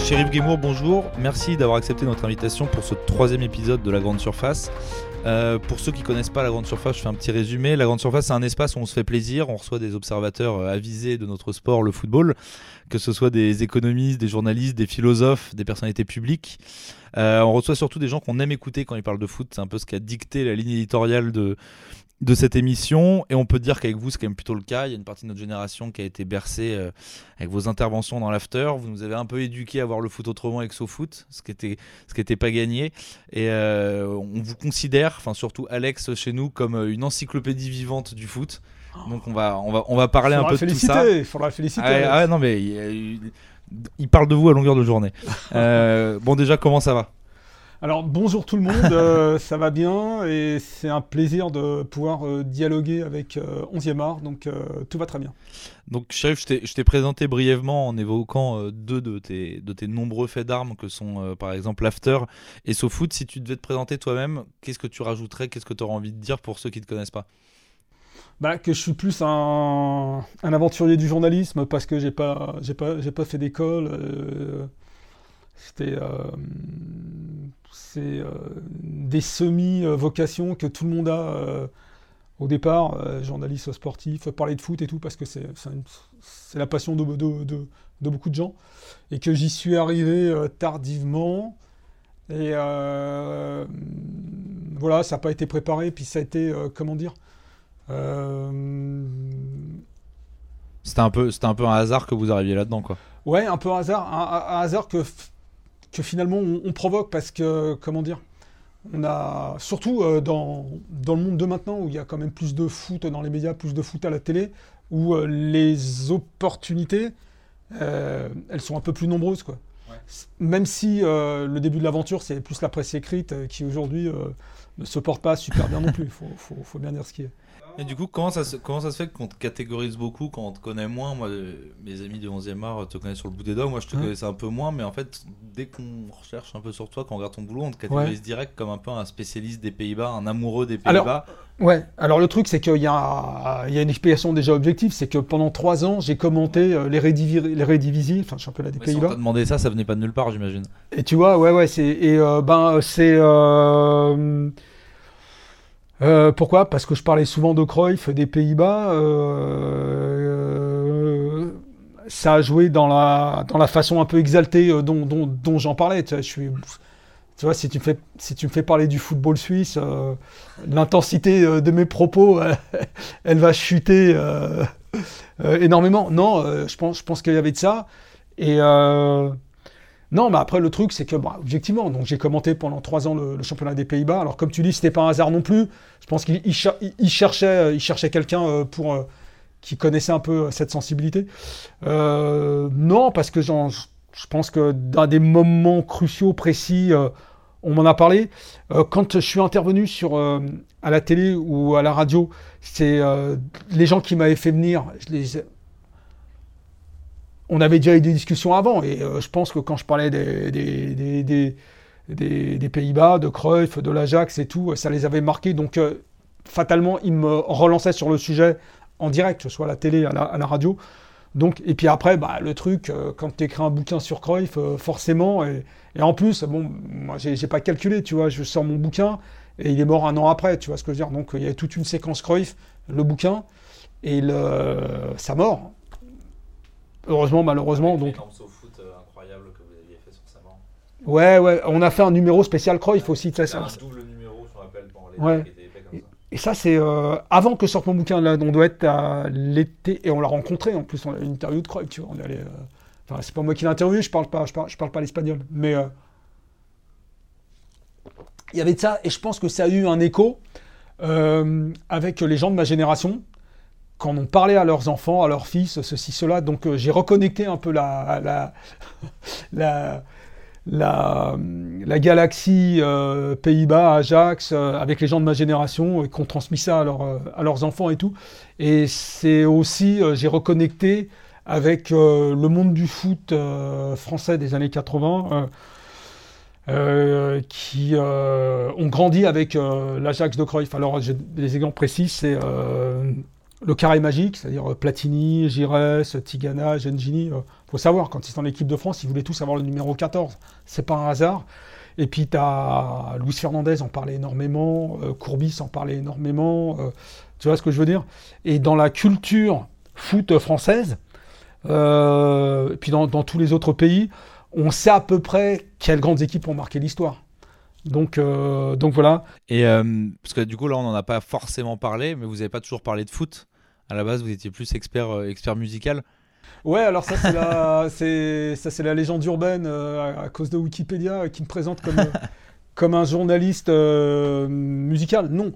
Chérif Guémour, bonjour. Merci d'avoir accepté notre invitation pour ce 3e épisode de La Grande Surface. Pour ceux qui ne connaissent pas La Grande Surface, je fais un petit résumé. La Grande Surface, c'est un espace où on se fait plaisir. On reçoit des observateurs avisés de notre sport, le football, que ce soit des économistes, des journalistes, des philosophes, des personnalités publiques. On reçoit surtout des gens qu'on aime écouter quand ils parlent de foot. C'est un peu ce qui a dicté la ligne éditoriale de cette émission, et on peut dire qu'avec vous c'est quand même plutôt le cas. Il y a une partie de notre génération qui a été bercée avec vos interventions dans l'after. Vous nous avez un peu éduqués à voir le foot autrement avec SoFoot, ce qui était pas gagné, et on vous considère, enfin surtout Alex chez nous, comme une encyclopédie vivante du foot. Donc on va parler un peu de tout ça. Il faudra le féliciter. Ah non mais il parle de vous à longueur de journée. Bon, déjà, comment ça va ? Alors bonjour tout le monde, ça va bien et c'est un plaisir de pouvoir dialoguer avec 11e art, donc tout va très bien. Donc Chérif, je t'ai présenté brièvement en évoquant deux de tes nombreux faits d'armes que sont par exemple l'after et SoFoot. Si tu devais te présenter toi-même, qu'est-ce que tu rajouterais, qu'est-ce que tu aurais envie de dire pour ceux qui ne te connaissent pas ? Que je suis plus un aventurier du journalisme parce que j'ai pas fait d'école. C'est des semi-vocations que tout le monde a au départ, journaliste sportif, parler de foot et tout, parce que c'est la passion de beaucoup de gens, et que j'y suis arrivé tardivement, et voilà, ça n'a pas été préparé, puis ça a été, C'était un peu un hasard que vous arriviez là-dedans, quoi. Ouais, un peu un hasard que finalement on provoque, parce que, on a, surtout dans le monde de maintenant, où il y a quand même plus de foot dans les médias, plus de foot à la télé, où les opportunités, elles sont un peu plus nombreuses, quoi. Ouais. Même si le début de l'aventure, c'est plus la presse écrite qui aujourd'hui ne se porte pas super bien non plus, faut bien dire ce qui est. Et du coup, comment ça se fait qu'on te catégorise beaucoup quand on te connaît moins ? Moi, mes amis de 11e art te connaissent sur le bout des doigts. Moi, je te connaissais un peu moins, mais en fait, dès qu'on recherche un peu sur toi, quand on regarde ton boulot, on te catégorise direct comme un peu un spécialiste des Pays-Bas, un amoureux des Pays-Bas. Alors le truc, c'est qu'il y a une explication déjà objective, c'est que pendant 3 ans, j'ai commenté l'Eredivisie, enfin le championnat des Pays-Bas. Si on t'a demandé ça venait pas de nulle part, j'imagine. Et tu vois, pourquoi ? Parce que je parlais souvent de Cruyff, des Pays-Bas. Ça a joué dans la façon un peu exaltée dont j'en parlais. Tu vois, si tu me fais parler du football suisse, l'intensité de mes propos, elle va chuter énormément. Non, je pense qu'il y avait de ça. Et non, mais après, le truc, c'est que, objectivement, donc j'ai commenté pendant 3 ans le championnat des Pays-Bas. Alors, comme tu dis, c'était pas un hasard non plus. Je pense qu'il cherchait quelqu'un qui connaissait un peu cette sensibilité. Non, parce que je pense que dans des moments cruciaux, précis, on m'en a parlé. Quand je suis intervenu à la télé ou à la radio, c'est les gens qui m'avaient fait venir, on avait déjà eu des discussions avant, et je pense que quand je parlais des Pays-Bas, de Cruyff, de l'Ajax et tout, ça les avait marqués. Donc, fatalement, ils me relançaient sur le sujet en direct, que ce soit à la télé, à la radio. Donc, et puis après, le truc, quand tu écris un bouquin sur Cruyff, forcément, et en plus, moi, j'ai pas calculé, tu vois, je sors mon bouquin, et il est mort 1 an après, tu vois ce que je veux dire. Donc, il y a toute une séquence Cruyff, le bouquin, et sa mort. Heureusement, malheureusement. Donc. SoFoot incroyable que vous aviez fait sur sa mort. Ouais, on a fait un numéro spécial Cruyff aussi. C'est un double numéro, je me rappelle, pour les ouais. Qui étaient épais comme ça. Et ça, c'est avant que sorte mon bouquin, là, on doit être à l'été, et on l'a rencontré, en plus, on a eu une interview de Cruyff, tu vois, on est allé... Enfin, c'est pas moi qui l'ai interviewé, je parle pas l'espagnol, mais... Il y avait de ça, et je pense que ça a eu un écho avec les gens de ma génération, quand on parlait à leurs enfants, à leurs fils, ceci, cela. Donc j'ai reconnecté un peu la galaxie Pays-Bas, Ajax, avec les gens de ma génération, et qu'on transmis ça à leurs enfants et tout. Et c'est aussi, j'ai reconnecté avec le monde du foot français des années 80, qui ont grandi avec l'Ajax de Cruyff. Alors j'ai des exemples précis, c'est... le carré magique, c'est-à-dire Platini, Giresse, Tigana, Gengini, faut savoir, quand ils sont en équipe de France, ils voulaient tous avoir le numéro 14. C'est pas un hasard. Et puis, tu as Luis Fernandez en parlait énormément, Courbis en parlait énormément. Tu vois ce que je veux dire? Et dans la culture foot française, et puis dans tous les autres pays, on sait à peu près quelles grandes équipes ont marqué l'histoire. Donc voilà. Et parce que du coup, là, on n'en a pas forcément parlé, mais vous n'avez pas toujours parlé de foot. À la base, vous étiez plus expert musical. Ouais, alors ça c'est la légende urbaine à cause de Wikipédia qui me présente comme un journaliste musical. Non,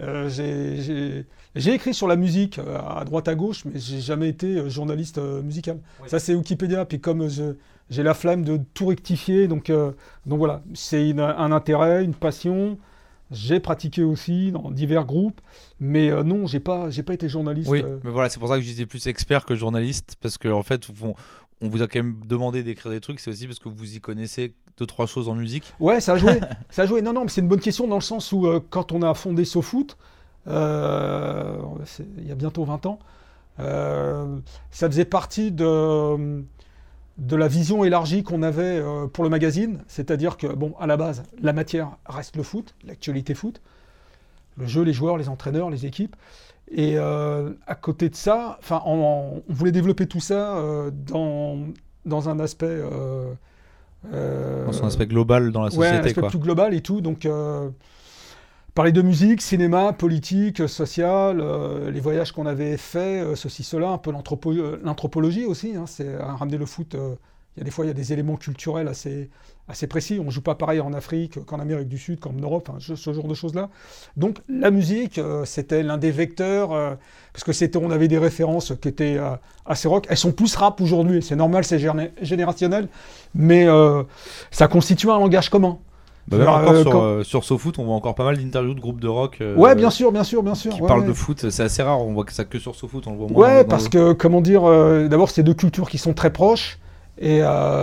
j'ai écrit sur la musique à droite à gauche, mais j'ai jamais été journaliste musical. Oui. Ça c'est Wikipédia. Puis comme j'ai la flemme de tout rectifier, donc voilà, c'est un intérêt, une passion. J'ai pratiqué aussi dans divers groupes, mais non, j'ai pas été journaliste. Oui, mais voilà, c'est pour ça que je disais plus expert que journaliste, parce qu'en fait, on vous a quand même demandé d'écrire des trucs, c'est aussi parce que vous y connaissez 2-3 choses en musique. Ouais, ça a joué. Ça a joué. Non, mais c'est une bonne question dans le sens où quand on a fondé SoFoot, il y a bientôt 20 ans, ça faisait partie de la vision élargie qu'on avait pour le magazine, c'est-à-dire que, bon, à la base, la matière reste le foot, l'actualité foot, le jeu, les joueurs, les entraîneurs, les équipes, et à côté de ça, on voulait développer tout ça dans un aspect... dans son aspect global dans la société. Ouais, un aspect plus global et tout, donc... parler de musique, cinéma, politique, social, les voyages qu'on avait faits, ceci, cela, un peu l'anthropologie aussi. Hein, c'est ramener le foot. Il y a des fois, il y a des éléments culturels assez précis. On ne joue pas pareil en Afrique qu'en Amérique du Sud, qu'en Europe, ce genre de choses-là. Donc la musique, c'était l'un des vecteurs, parce que on avait des références qui étaient assez rock. Elles sont plus rap aujourd'hui, c'est normal, c'est générationnel, mais ça constitue un langage commun. Bah même encore sur SoFoot, on voit encore pas mal d'interviews de groupes de rock ouais, bien sûr, qui parlent de foot. C'est assez rare, on voit que ça que sur SoFoot, on le voit moins. Ouais, parce que, comment dire, d'abord, c'est deux cultures qui sont très proches, et il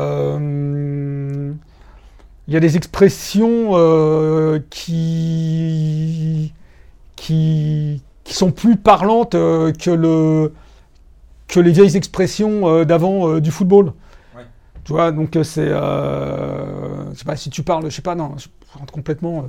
y a des expressions qui sont plus parlantes que les vieilles expressions d'avant du football. Tu vois, donc c'est... je sais pas, si tu parles, je sais pas, non, je rentre complètement...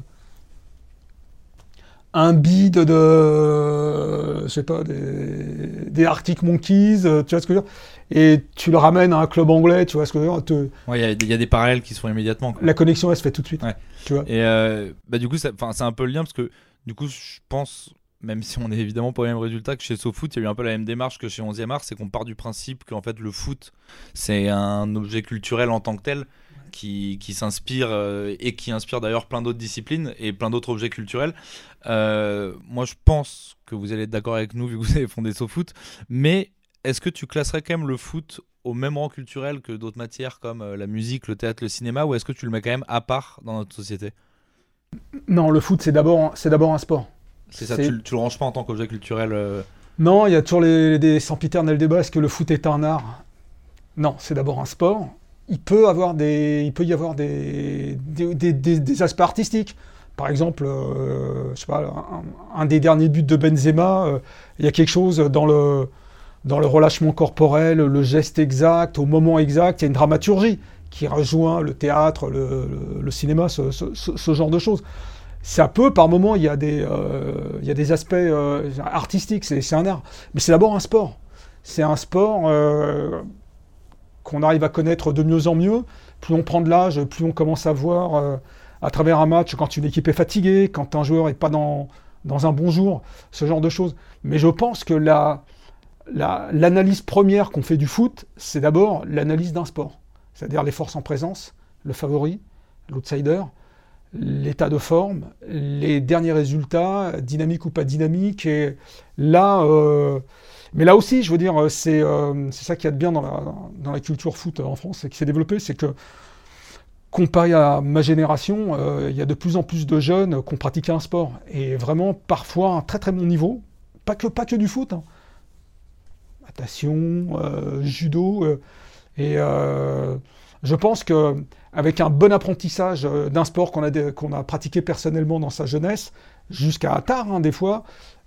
un bide je sais pas, des Arctic Monkeys, tu vois ce que je veux dire, et tu le ramènes à un club anglais, tu vois ce que je veux dire. Ouais, il y a des parallèles qui se font immédiatement, quoi. La connexion, elle se fait tout de suite. Ouais. Tu vois. Et du coup, c'est un peu le lien, parce que du coup, je pense... Même si on n'est évidemment pas au même résultat que chez SoFoot, il y a eu un peu la même démarche que chez 11e art, c'est qu'on part du principe qu'en fait le foot, c'est un objet culturel en tant que tel qui s'inspire et qui inspire d'ailleurs plein d'autres disciplines et plein d'autres objets culturels. Moi, je pense que vous allez être d'accord avec nous vu que vous avez fondé SoFoot, mais est-ce que tu classerais quand même le foot au même rang culturel que d'autres matières comme la musique, le théâtre, le cinéma, ou est-ce que tu le mets quand même à part dans notre société ? Non, le foot, c'est d'abord un sport. C'est ça, tu le ranges pas en tant qu'objet culturel Non, il y a toujours des sempiternels débats. Est-ce que le foot est un art ? Non, c'est d'abord un sport. Il peut y avoir des aspects artistiques. Par exemple, je sais pas, un des derniers buts de Benzema, il y a quelque chose dans le relâchement corporel, le geste exact, au moment exact, il y a une dramaturgie qui rejoint le théâtre, le cinéma, ce genre de choses. Ça peut, par moments, il y a des aspects artistiques, c'est un art. Mais c'est d'abord un sport. C'est un sport qu'on arrive à connaître de mieux en mieux. Plus on prend de l'âge, plus on commence à voir à travers un match quand une équipe est fatiguée, quand un joueur n'est pas dans un bon jour, ce genre de choses. Mais je pense que l'analyse première qu'on fait du foot, c'est d'abord l'analyse d'un sport. C'est-à-dire les forces en présence, le favori, l'outsider, l'état de forme, les derniers résultats, dynamique ou pas dynamique, et là, mais là aussi, je veux dire, c'est ça qu'il y a de bien dans la culture foot en France, et qui s'est développé, c'est que comparé à ma génération, il y a de plus en plus de jeunes qui ont pratiqué un sport, et vraiment parfois à un très très bon niveau, pas que du foot, hein. Natation, judo, et je pense que avec un bon apprentissage d'un sport qu'on a pratiqué personnellement dans sa jeunesse, jusqu'à tard, hein, des fois,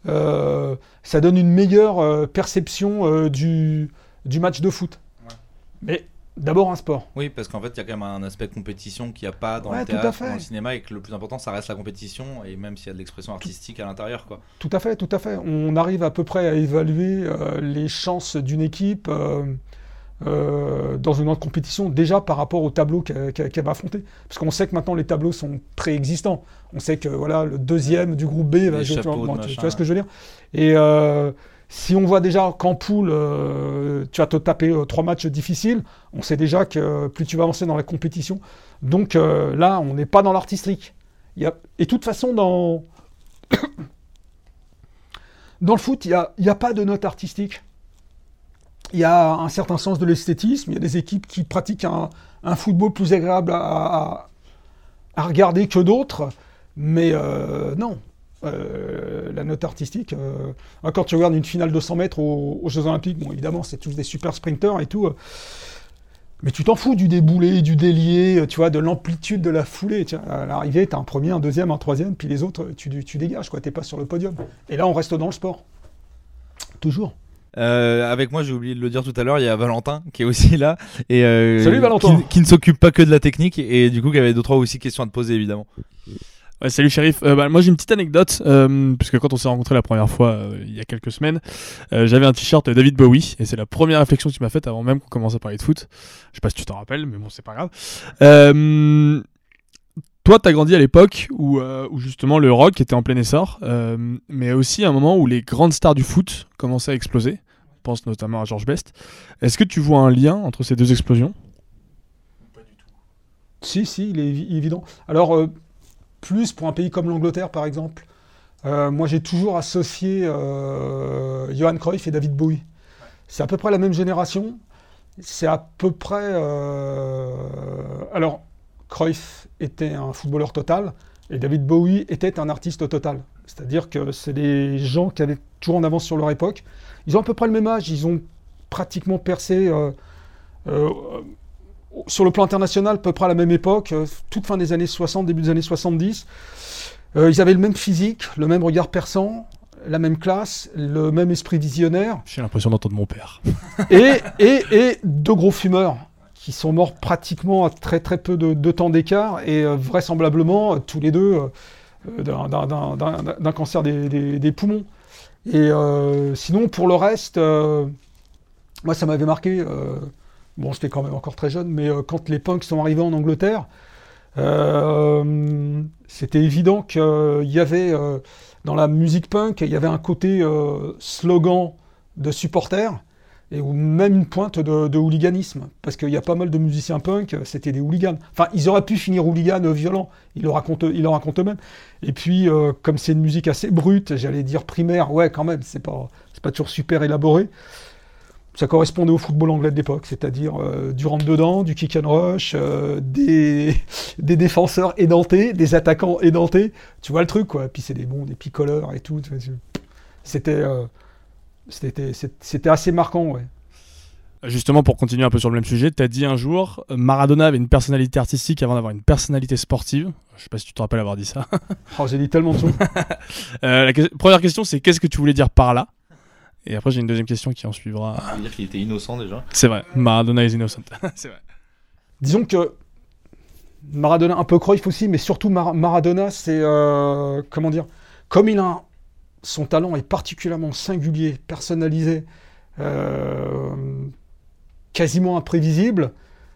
ça donne une meilleure perception du match de foot. Ouais. Mais d'abord un sport. Oui, parce qu'en fait, il y a quand même un aspect compétition qu'il n'y a pas dans Ouais, le tout à théâtre, fait. dans le cinéma, et que le plus important, ça reste la compétition, et même s'il y a de l'expression artistique à l'intérieur, quoi. Tout à fait, tout à fait. On arrive à peu près à évaluer les chances d'une équipe dans une autre compétition déjà par rapport au tableau qu'elle va affronter. Parce qu'on sait que maintenant les tableaux sont préexistants. On sait que voilà, le deuxième du groupe B va Les jouer. chapeaux de Tu machin, vois ce que je veux dire? Et si on voit déjà qu'en poule, tu vas te taper 3 matchs difficiles, on sait déjà que plus tu vas avancer dans la compétition. Donc là, on n'est pas dans l'artistique. Et de toute façon, dans le foot, il y a pas de note artistique. Il y a un certain sens de l'esthétisme. Il y a des équipes qui pratiquent un football plus agréable à regarder que d'autres. Mais non. La note artistique, quand tu regardes une finale de 100 mètres aux Jeux Olympiques, bon, évidemment, c'est tous des super sprinters et tout. Mais tu t'en fous du déboulé, du délié, tu vois, de l'amplitude de la foulée. Tiens, à l'arrivée, tu as un premier, un deuxième, un troisième, puis les autres, tu dégages, quoi. Tu n'es pas sur le podium. Et là, on reste dans le sport. Toujours. Avec moi, j'ai oublié de le dire tout à l'heure, il y a Valentin qui est aussi là. Et, Salut Valentin. qui ne s'occupe pas que de la technique, et du coup, qui avait 2-3 aussi questions à te poser, évidemment. Ouais, salut Shérif. Moi j'ai une petite anecdote, puisque quand on s'est rencontrés la première fois il y a quelques semaines, j'avais un t-shirt David Bowie, et c'est la première réflexion que tu m'as faite avant même qu'on commence à parler de foot. Je sais pas si tu t'en rappelles, mais bon, c'est pas grave. Toi, t'as grandi à l'époque où justement le rock était en plein essor, mais aussi à un moment où les grandes stars du foot commençaient à exploser. Je pense notamment à George Best. Est-ce que tu vois un lien entre ces deux explosions ? Si, il est évident. Alors, plus pour un pays comme l'Angleterre, par exemple. Moi, j'ai toujours associé Johan Cruyff et David Bowie. C'est à peu près la même génération. C'est à peu près... Alors, Cruyff était un footballeur total et David Bowie était un artiste total. C'est-à-dire que c'est des gens qui avaient toujours en avance sur leur époque. Ils ont à peu près le même âge. Ils ont pratiquement percé... sur le plan international, à peu près à la même époque, toute fin des années 60, début des années 70. Ils avaient le même physique, le même regard perçant, la même classe, le même esprit visionnaire. J'ai l'impression d'entendre mon père. Et deux gros fumeurs qui sont morts pratiquement à très très peu de temps d'écart et vraisemblablement tous les deux d'un cancer des poumons. Et sinon, pour le reste, moi ça m'avait marqué... Bon, j'étais quand même encore très jeune, mais quand les punks sont arrivés en Angleterre, c'était évident qu'il y avait, dans la musique punk, il y avait un côté slogan de supporters, et ou même une pointe de hooliganisme, parce qu'il y a pas mal de musiciens punk, c'était des hooligans. Enfin, ils auraient pu finir hooligans violents, ils le racontent eux-mêmes. Et puis, comme c'est une musique assez brute, j'allais dire primaire, ouais, quand même, c'est pas toujours super élaboré. Ça correspondait au football anglais de l'époque, c'est-à-dire du rentre-dedans, du kick and rush, des défenseurs édentés, des attaquants édentés. Tu vois le truc, quoi. Puis c'est des picoleurs et tout. C'était assez marquant, ouais. Justement, pour continuer un peu sur le même sujet, tu as dit un jour Maradona avait une personnalité artistique avant d'avoir une personnalité sportive. Je sais pas si tu te rappelles avoir dit ça. Oh, j'ai dit tellement de choses. Première question, c'est qu'est-ce que tu voulais dire par là ? Et après, j'ai une deuxième question qui en suivra. Ça veut dire qu'il était innocent déjà. C'est vrai, Maradona is innocent. C'est vrai. Disons que Maradona, un peu Cruyff aussi, mais surtout Maradona, c'est... comment dire ? Comme son talent est particulièrement singulier, personnalisé, quasiment imprévisible,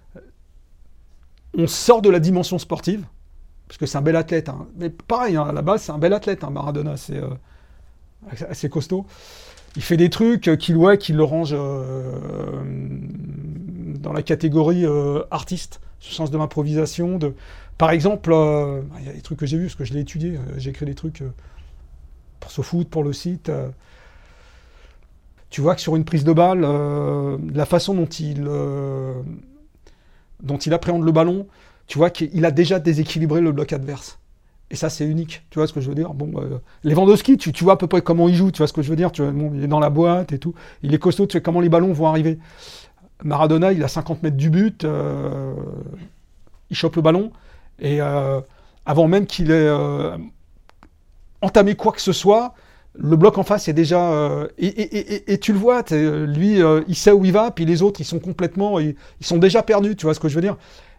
on sort de la dimension sportive, parce que c'est un bel athlète. Hein. Mais pareil, hein, à la base, c'est un bel athlète, hein, Maradona, c'est assez costaud. Il fait des trucs qui le rangent dans la catégorie artiste, ce sens de l'improvisation. Par exemple, il y a des trucs que j'ai vus, parce que je l'ai étudié, j'ai écrit des trucs pour SoFoot, pour le site. Tu vois que sur une prise de balle, la façon dont il appréhende le ballon, tu vois qu'il a déjà déséquilibré le bloc adverse. Et ça, c'est unique. Tu vois ce que je veux dire ? Bon, Lewandowski, tu vois à peu près comment il joue. Tu vois ce que je veux dire ? Il est dans la boîte et tout. Il est costaud. Tu sais comment les ballons vont arriver. Maradona, il a 50 mètres du but. Il chope le ballon. Et avant même qu'il ait entamé quoi que ce soit, le bloc en face est déjà... et tu le vois, lui, il sait où il va, puis les autres, ils sont complètement... Ils sont déjà perdus, tu vois ce que je veux dire?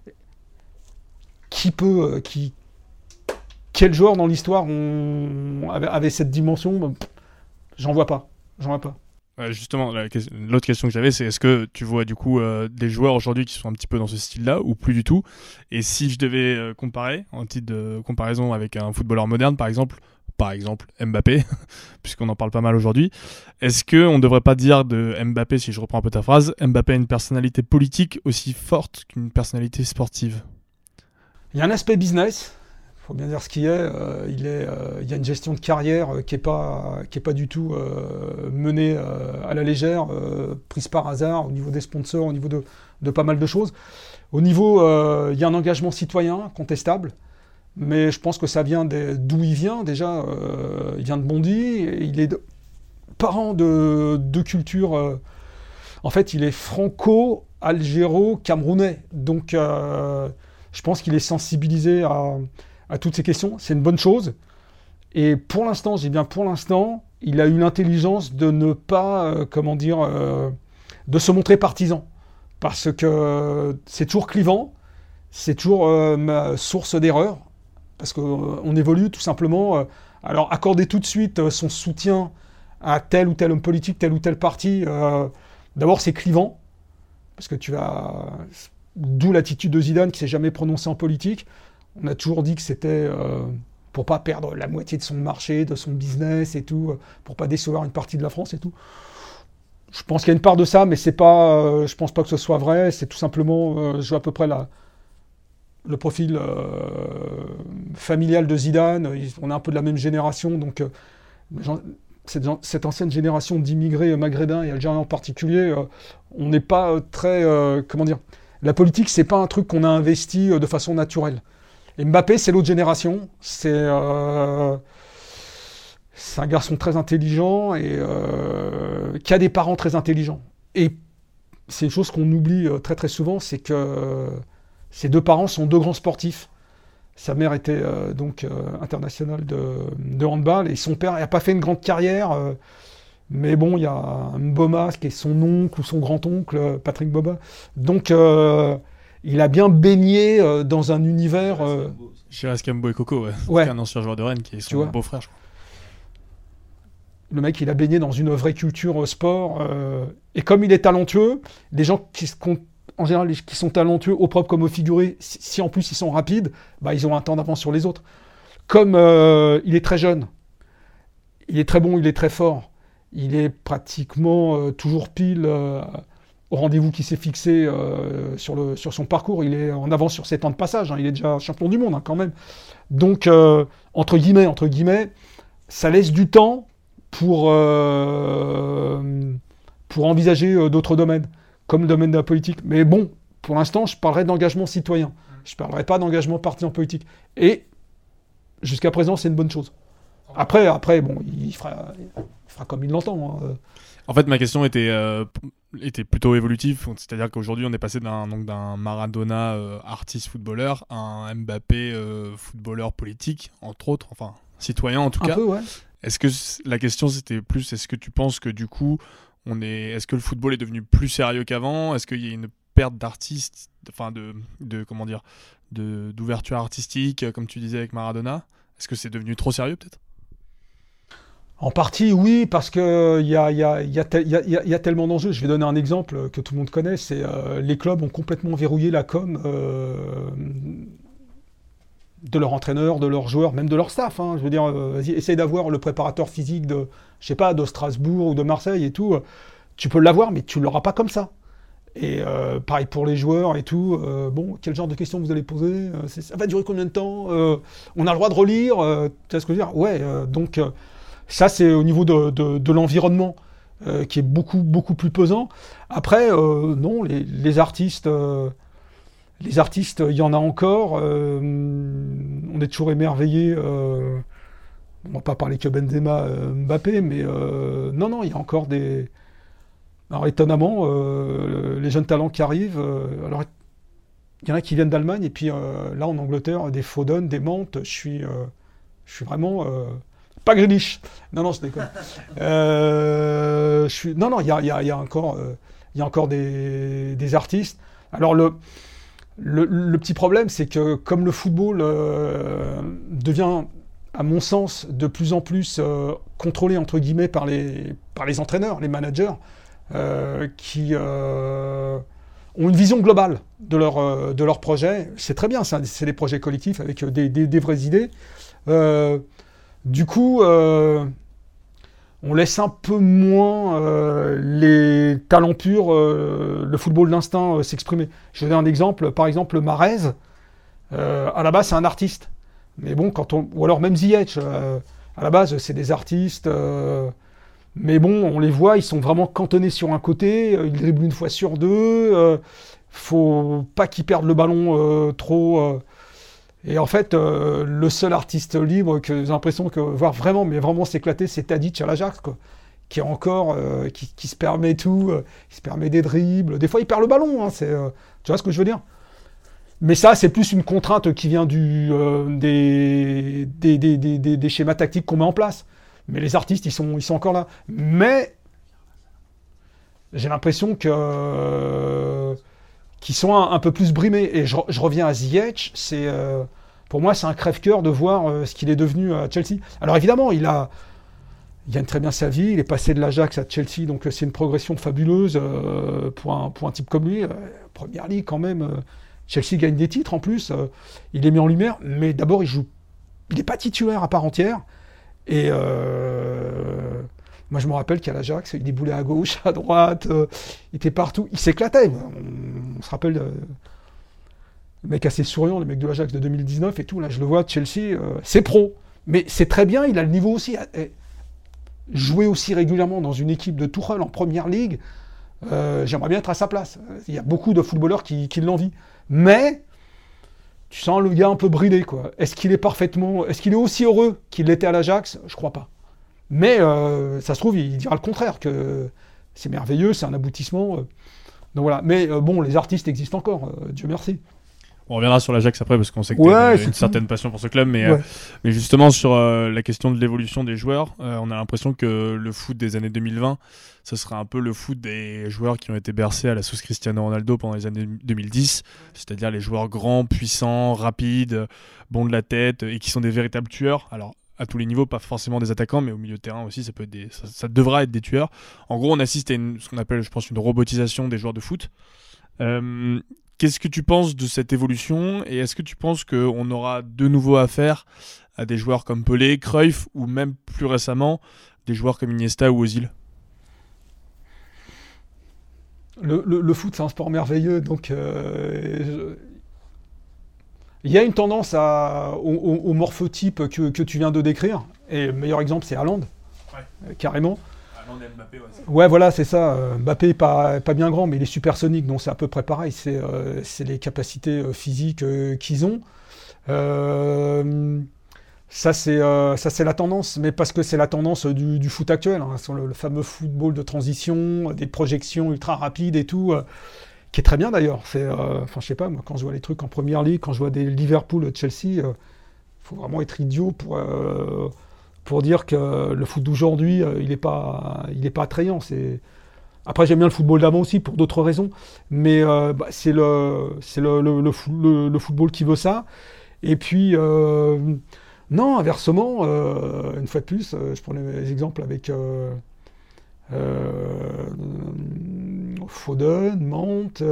Quel joueur dans l'histoire avait cette dimension? J'en vois pas. Justement, l'autre question que j'avais, c'est est-ce que tu vois du coup des joueurs aujourd'hui qui sont un petit peu dans ce style-là ou plus du tout? Et si je devais comparer, en titre de comparaison avec un footballeur moderne, par exemple Mbappé, puisqu'on en parle pas mal aujourd'hui, est-ce qu'on ne devrait pas dire de Mbappé, si je reprends un peu ta phrase, Mbappé a une personnalité politique aussi forte qu'une personnalité sportive? Il y a un aspect business. Il faut bien dire ce qu'il est. Il y a une gestion de carrière qui est pas du tout menée à la légère, prise par hasard au niveau des sponsors, au niveau de pas mal de choses. Au niveau, il y a un engagement citoyen contestable, mais je pense que ça vient d'où il vient déjà. Il vient de Bondy, et il est parent de culture. En fait, il est franco-algéro-camerounais. Donc, je pense qu'il est sensibilisé à toutes ces questions. C'est une bonne chose. Et pour l'instant, il a eu l'intelligence de ne pas, de se montrer partisan. Parce que c'est toujours clivant, c'est toujours ma source d'erreur. Parce qu'on évolue tout simplement. Alors, accorder tout de suite son soutien à tel ou tel homme politique, tel ou tel parti, d'abord, c'est clivant. Parce que d'où l'attitude de Zidane qui ne s'est jamais prononcé en politique. On a toujours dit que c'était pour pas perdre la moitié de son marché, de son business et tout, pour pas décevoir une partie de la France et tout. Je pense qu'il y a une part de ça, mais c'est pas, je pense pas que ce soit vrai. C'est tout simplement, je vois à peu près le profil familial de Zidane. On est un peu de la même génération, donc cette ancienne génération d'immigrés maghrébins et algériens en particulier, on n'est pas très, la politique, c'est pas un truc qu'on a investi de façon naturelle. Et Mbappé, c'est l'autre génération. C'est un garçon très intelligent et qui a des parents très intelligents. Et c'est une chose qu'on oublie très très souvent, c'est que ses deux parents sont deux grands sportifs. Sa mère était internationale de handball et son père n'a pas fait une grande carrière. Mais bon, il y a Mboma qui est son oncle ou son grand-oncle, Patrick Mboma. Donc, il a bien baigné dans un univers... Shiraz Kambo et Coco, ouais. C'est un ancien joueur de Rennes qui est son beau-frère, je crois. Le mec, il a baigné dans une vraie culture sport. Et comme il est talentueux, les gens en général, qui sont talentueux, au propre comme au figuré, si en plus ils sont rapides, bah, ils ont un temps d'avance sur les autres. Comme il est très jeune, il est très bon, il est très fort, il est pratiquement toujours pile au rendez-vous qu'il s'est fixé sur son parcours. Il est en avance sur ses temps de passage, hein, il est déjà champion du monde quand même. Donc, entre guillemets, ça laisse du temps pour envisager d'autres domaines, comme le domaine de la politique. Mais bon, pour l'instant, je parlerai d'engagement citoyen. Je ne parlerai pas d'engagement partisan politique. Et jusqu'à présent, c'est une bonne chose. Après, bon, il fera comme il l'entend. Hein. En fait, ma question était plutôt évolutive. C'est-à-dire qu'aujourd'hui, on est passé d'un Maradona artiste footballeur à un Mbappé footballeur politique, entre autres, enfin citoyen en tout cas. Un peu, ouais. Est-ce que la question c'était plus, est-ce que tu penses que du coup, est-ce que le football est devenu plus sérieux qu'avant? Est-ce qu'il y a une perte d'artistes, enfin d'ouverture artistique, comme tu disais avec Maradona? Est-ce que c'est devenu trop sérieux peut-être? En partie, oui, parce qu'il y a tellement d'enjeux. Je vais donner un exemple que tout le monde connaît. C'est les clubs ont complètement verrouillé la com de leur entraîneur, de leurs joueurs, même de leur staff. Hein. Je veux dire, vas-y, essaye d'avoir le préparateur physique de Strasbourg ou de Marseille et tout. Tu peux l'avoir, mais tu ne l'auras pas comme ça. Et pareil pour les joueurs et tout. Bon, quel genre de questions vous allez poser? Ça va durer combien de temps? On a le droit de relire? Tu vois ce que je veux dire? Ouais, donc... ça, c'est au niveau de l'environnement qui est beaucoup, beaucoup plus pesant. Après, non, les artistes, il y en a encore. On est toujours émerveillés. On ne va pas parler que Benzema, Mbappé, mais non, il y a encore des... Alors, étonnamment, les jeunes talents qui arrivent... alors, il y en a qui viennent d'Allemagne, et puis là, en Angleterre, des Foden, des Mount, je suis vraiment... Pas Grealish. Non, je déconne. Non, il y a encore des artistes. Alors, le petit problème, c'est que comme le football devient, à mon sens, de plus en plus contrôlé, entre guillemets, par les entraîneurs, les managers, qui ont une vision globale de leur projet. C'est très bien, c'est des projets collectifs avec des vraies idées. Du coup, on laisse un peu moins les talents purs, le football d'instinct s'exprimer. Je vais donner un exemple. Par exemple, Mahrez, à la base, c'est un artiste. Mais bon, ou alors même Ziyech, à la base, c'est des artistes. Mais bon, on les voit, ils sont vraiment cantonnés sur un côté. Ils dribblent une fois sur deux. Faut pas qu'ils perdent le ballon trop. Et en fait, le seul artiste libre que j'ai l'impression que voir vraiment s'éclater, c'est Tadic à l'Ajax, quoi. Qui est encore, qui se permet tout, qui se permet des dribbles. Des fois, il perd le ballon. Hein, tu vois ce que je veux dire? Mais ça, c'est plus une contrainte qui vient des schémas tactiques qu'on met en place. Mais les artistes, ils sont encore là. Mais j'ai l'impression qu'ils sont un peu plus brimés. Et je reviens à Ziyech, pour moi, c'est un crève-cœur de voir ce qu'il est devenu à Chelsea. Alors évidemment, il gagne très bien sa vie, il est passé de l'Ajax à Chelsea, donc c'est une progression fabuleuse pour un type comme lui. Première Ligue quand même, Chelsea gagne des titres en plus, il est mis en lumière, mais d'abord il n'est pas titulaire à part entière. Et moi je me rappelle qu'à l'Ajax, il déboulait à gauche, à droite, il était partout, il s'éclatait. On se rappelle le mec assez souriant, le mec de l'Ajax de 2019 et tout, là je le vois à Chelsea, c'est pro, mais c'est très bien, il a le niveau aussi. Jouer aussi régulièrement dans une équipe de Tuchel en première ligue, j'aimerais bien être à sa place. Il y a beaucoup de footballeurs qui l'envient. Mais tu sens le gars un peu bridé, quoi. Est-ce qu'il est aussi heureux qu'il l'était à l'Ajax? Je crois pas. Mais ça se trouve, il dira le contraire, que c'est merveilleux, c'est un aboutissement. Donc voilà. Mais bon, les artistes existent encore, Dieu merci. On reviendra sur l'Ajax après parce qu'on sait que tu as une certaine passion pour ce club, mais justement sur la question de l'évolution des joueurs, on a l'impression que le foot des années 2020, ce sera un peu le foot des joueurs qui ont été bercés à la sauce Cristiano Ronaldo pendant les années 2010, c'est-à-dire les joueurs grands, puissants, rapides, bons de la tête et qui sont des véritables tueurs. Alors à tous les niveaux, pas forcément des attaquants, mais au milieu de terrain aussi, ça devra être des tueurs. En gros, on assiste à ce qu'on appelle, je pense, une robotisation des joueurs de foot. Qu'est-ce que tu penses de cette évolution et est-ce que tu penses qu'on aura de nouveau affaire à des joueurs comme Pelé, Cruyff ou même plus récemment des joueurs comme Iniesta ou Ozil? Le foot, c'est un sport merveilleux, donc il y a une tendance au morphotype que tu viens de décrire, et le meilleur exemple, c'est Haaland, carrément. Mbappé, ouais, voilà, c'est ça. Mbappé pas bien grand, mais il est supersonique, donc c'est à peu près pareil. C'est les capacités physiques qu'ils ont. Ça, c'est la tendance, mais parce que c'est la tendance du foot actuel, hein, sur le fameux football de transition, des projections ultra rapides et tout, qui est très bien d'ailleurs. Enfin, je sais pas, moi, quand je vois les trucs en première ligue, quand je vois des Liverpool, Chelsea, faut vraiment être idiot pour dire que le foot d'aujourd'hui, il n'est pas attrayant. Après, j'aime bien le football d'avant aussi, pour d'autres raisons, mais c'est le football qui veut ça. Et puis, non, inversement, une fois de plus, je prends les exemples avec Foden, Mount,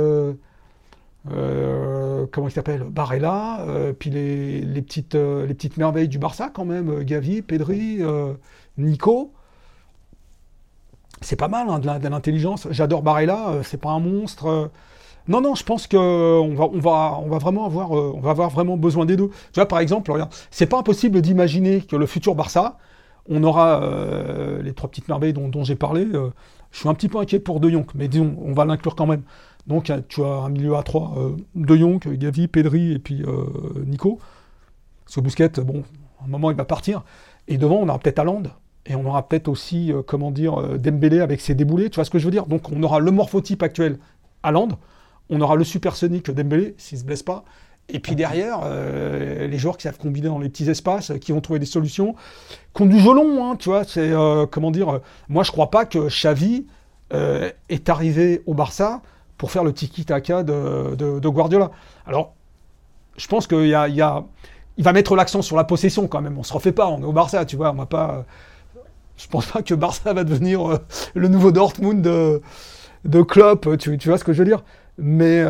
comment il s'appelle, Barella, puis les petites merveilles du Barça quand même, Gavi, Pedri, Nico. C'est pas mal, hein, de l'intelligence. J'adore Barella, c'est pas un monstre. Non, je pense qu'on va vraiment avoir vraiment besoin des deux. Tu vois, par exemple, regarde, c'est pas impossible d'imaginer que le futur Barça, on aura les trois petites merveilles dont j'ai parlé. Je suis un petit peu inquiet pour De Jong, mais disons, on va l'inclure quand même. Donc, tu as un milieu à 3, De Jong, Gavi, Pedri et puis Nico. Parce que Busquets, bon, à un moment, il va partir. Et devant, on aura peut-être Haaland. Et on aura peut-être aussi, Dembélé avec ses déboulés. Tu vois ce que je veux dire? Donc, on aura le morphotype actuel, Haaland. On aura le supersonique Dembélé, s'il ne se blesse pas. Et puis derrière, les joueurs qui savent combiner dans les petits espaces, qui vont trouver des solutions, qui ont du jeu long, hein, tu vois. C'est, comment dire, moi je crois pas que Xavi est arrivé au Barça pour faire le tiki-taka de Guardiola. Alors, je pense qu'il il va mettre l'accent sur la possession quand même. On se refait pas, on est au Barça, tu vois. On va pas. Je pense pas que Barça va devenir le nouveau Dortmund de Klopp. Tu vois ce que je veux dire? Mais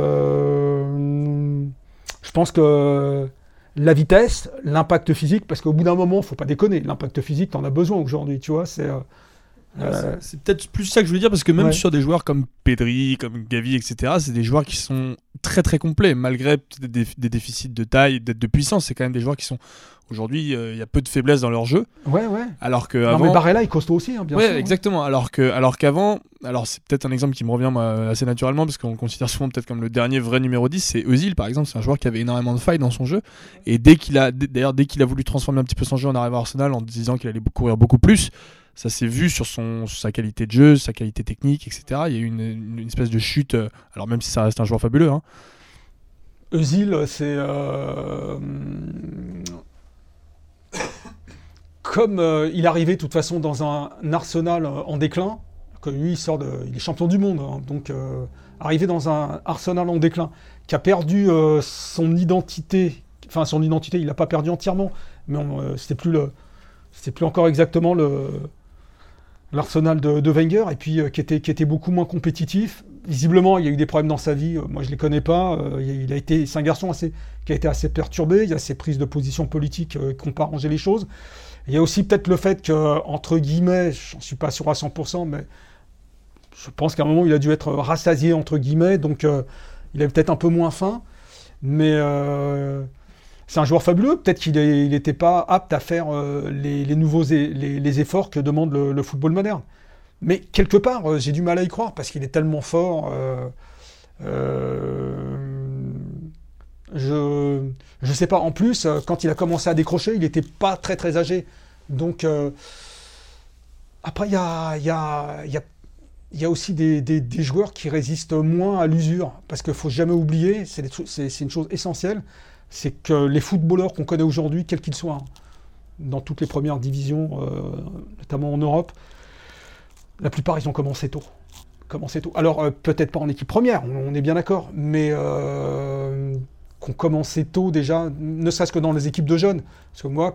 je pense que la vitesse, l'impact physique, parce qu'au bout d'un moment, faut pas déconner. L'impact physique, t'en as besoin aujourd'hui, tu vois. C'est peut-être plus ça que je voulais dire, parce que même Ouais. sur des joueurs comme Pedri, comme Gavi, etc., c'est des joueurs qui sont très très complets, malgré des déficits de taille, de puissance. C'est quand même des joueurs qui sont aujourd'hui, il y a peu de faiblesse dans leur jeu, Ouais. alors que Non, avant, mais Barella, il est costaud aussi, hein, bien sûr. ouais, exactement. Alors qu'avant, alors c'est peut-être un exemple qui me revient moi, assez naturellement, parce qu'on le considère souvent peut-être comme le dernier vrai numéro 10, c'est Özil par exemple. C'est un joueur qui avait énormément de failles dans son jeu, et dès qu'il a voulu transformer un petit peu son jeu en arrivant à Arsenal en disant qu'il allait courir beaucoup plus, ça s'est vu sur sa qualité de jeu, sa qualité technique, etc. Il y a eu une espèce de chute, alors même si ça reste un joueur fabuleux, hein. Özil, c'est comme il arrivait de toute façon dans un Arsenal en déclin, que lui il est champion du monde, hein, donc arrivé dans un Arsenal en déclin, qui a perdu son identité, il l'a pas perdu entièrement, mais c'était plus encore exactement l'Arsenal de Wenger, et puis qui était beaucoup moins compétitif. Visiblement, il y a eu des problèmes dans sa vie. Moi, je les connais pas. C'est un garçon qui a été assez perturbé. Il y a ses prises de position politiques qui n'ont pas arrangé les choses. Il y a aussi peut-être le fait que, entre guillemets, j'en suis pas sûr à 100%, mais je pense qu'à un moment, il a dû être rassasié, entre guillemets, donc il avait peut-être un peu moins faim. Mais c'est un joueur fabuleux. Peut-être qu'il n'était pas apte à faire les efforts que demande le football moderne. Mais quelque part, j'ai du mal à y croire parce qu'il est tellement fort. Je sais pas. En plus, quand il a commencé à décrocher, il n'était pas très très âgé. Donc après, il y a aussi des joueurs qui résistent moins à l'usure, parce qu'il faut jamais oublier, c'est une chose essentielle, c'est que les footballeurs qu'on connaît aujourd'hui, quels qu'ils soient, hein, dans toutes les premières divisions, notamment en Europe, la plupart, ils ont commencé tôt. Alors, peut-être pas en équipe première, on est bien d'accord, mais qu'on commençait tôt déjà, ne serait-ce que dans les équipes de jeunes. Parce que moi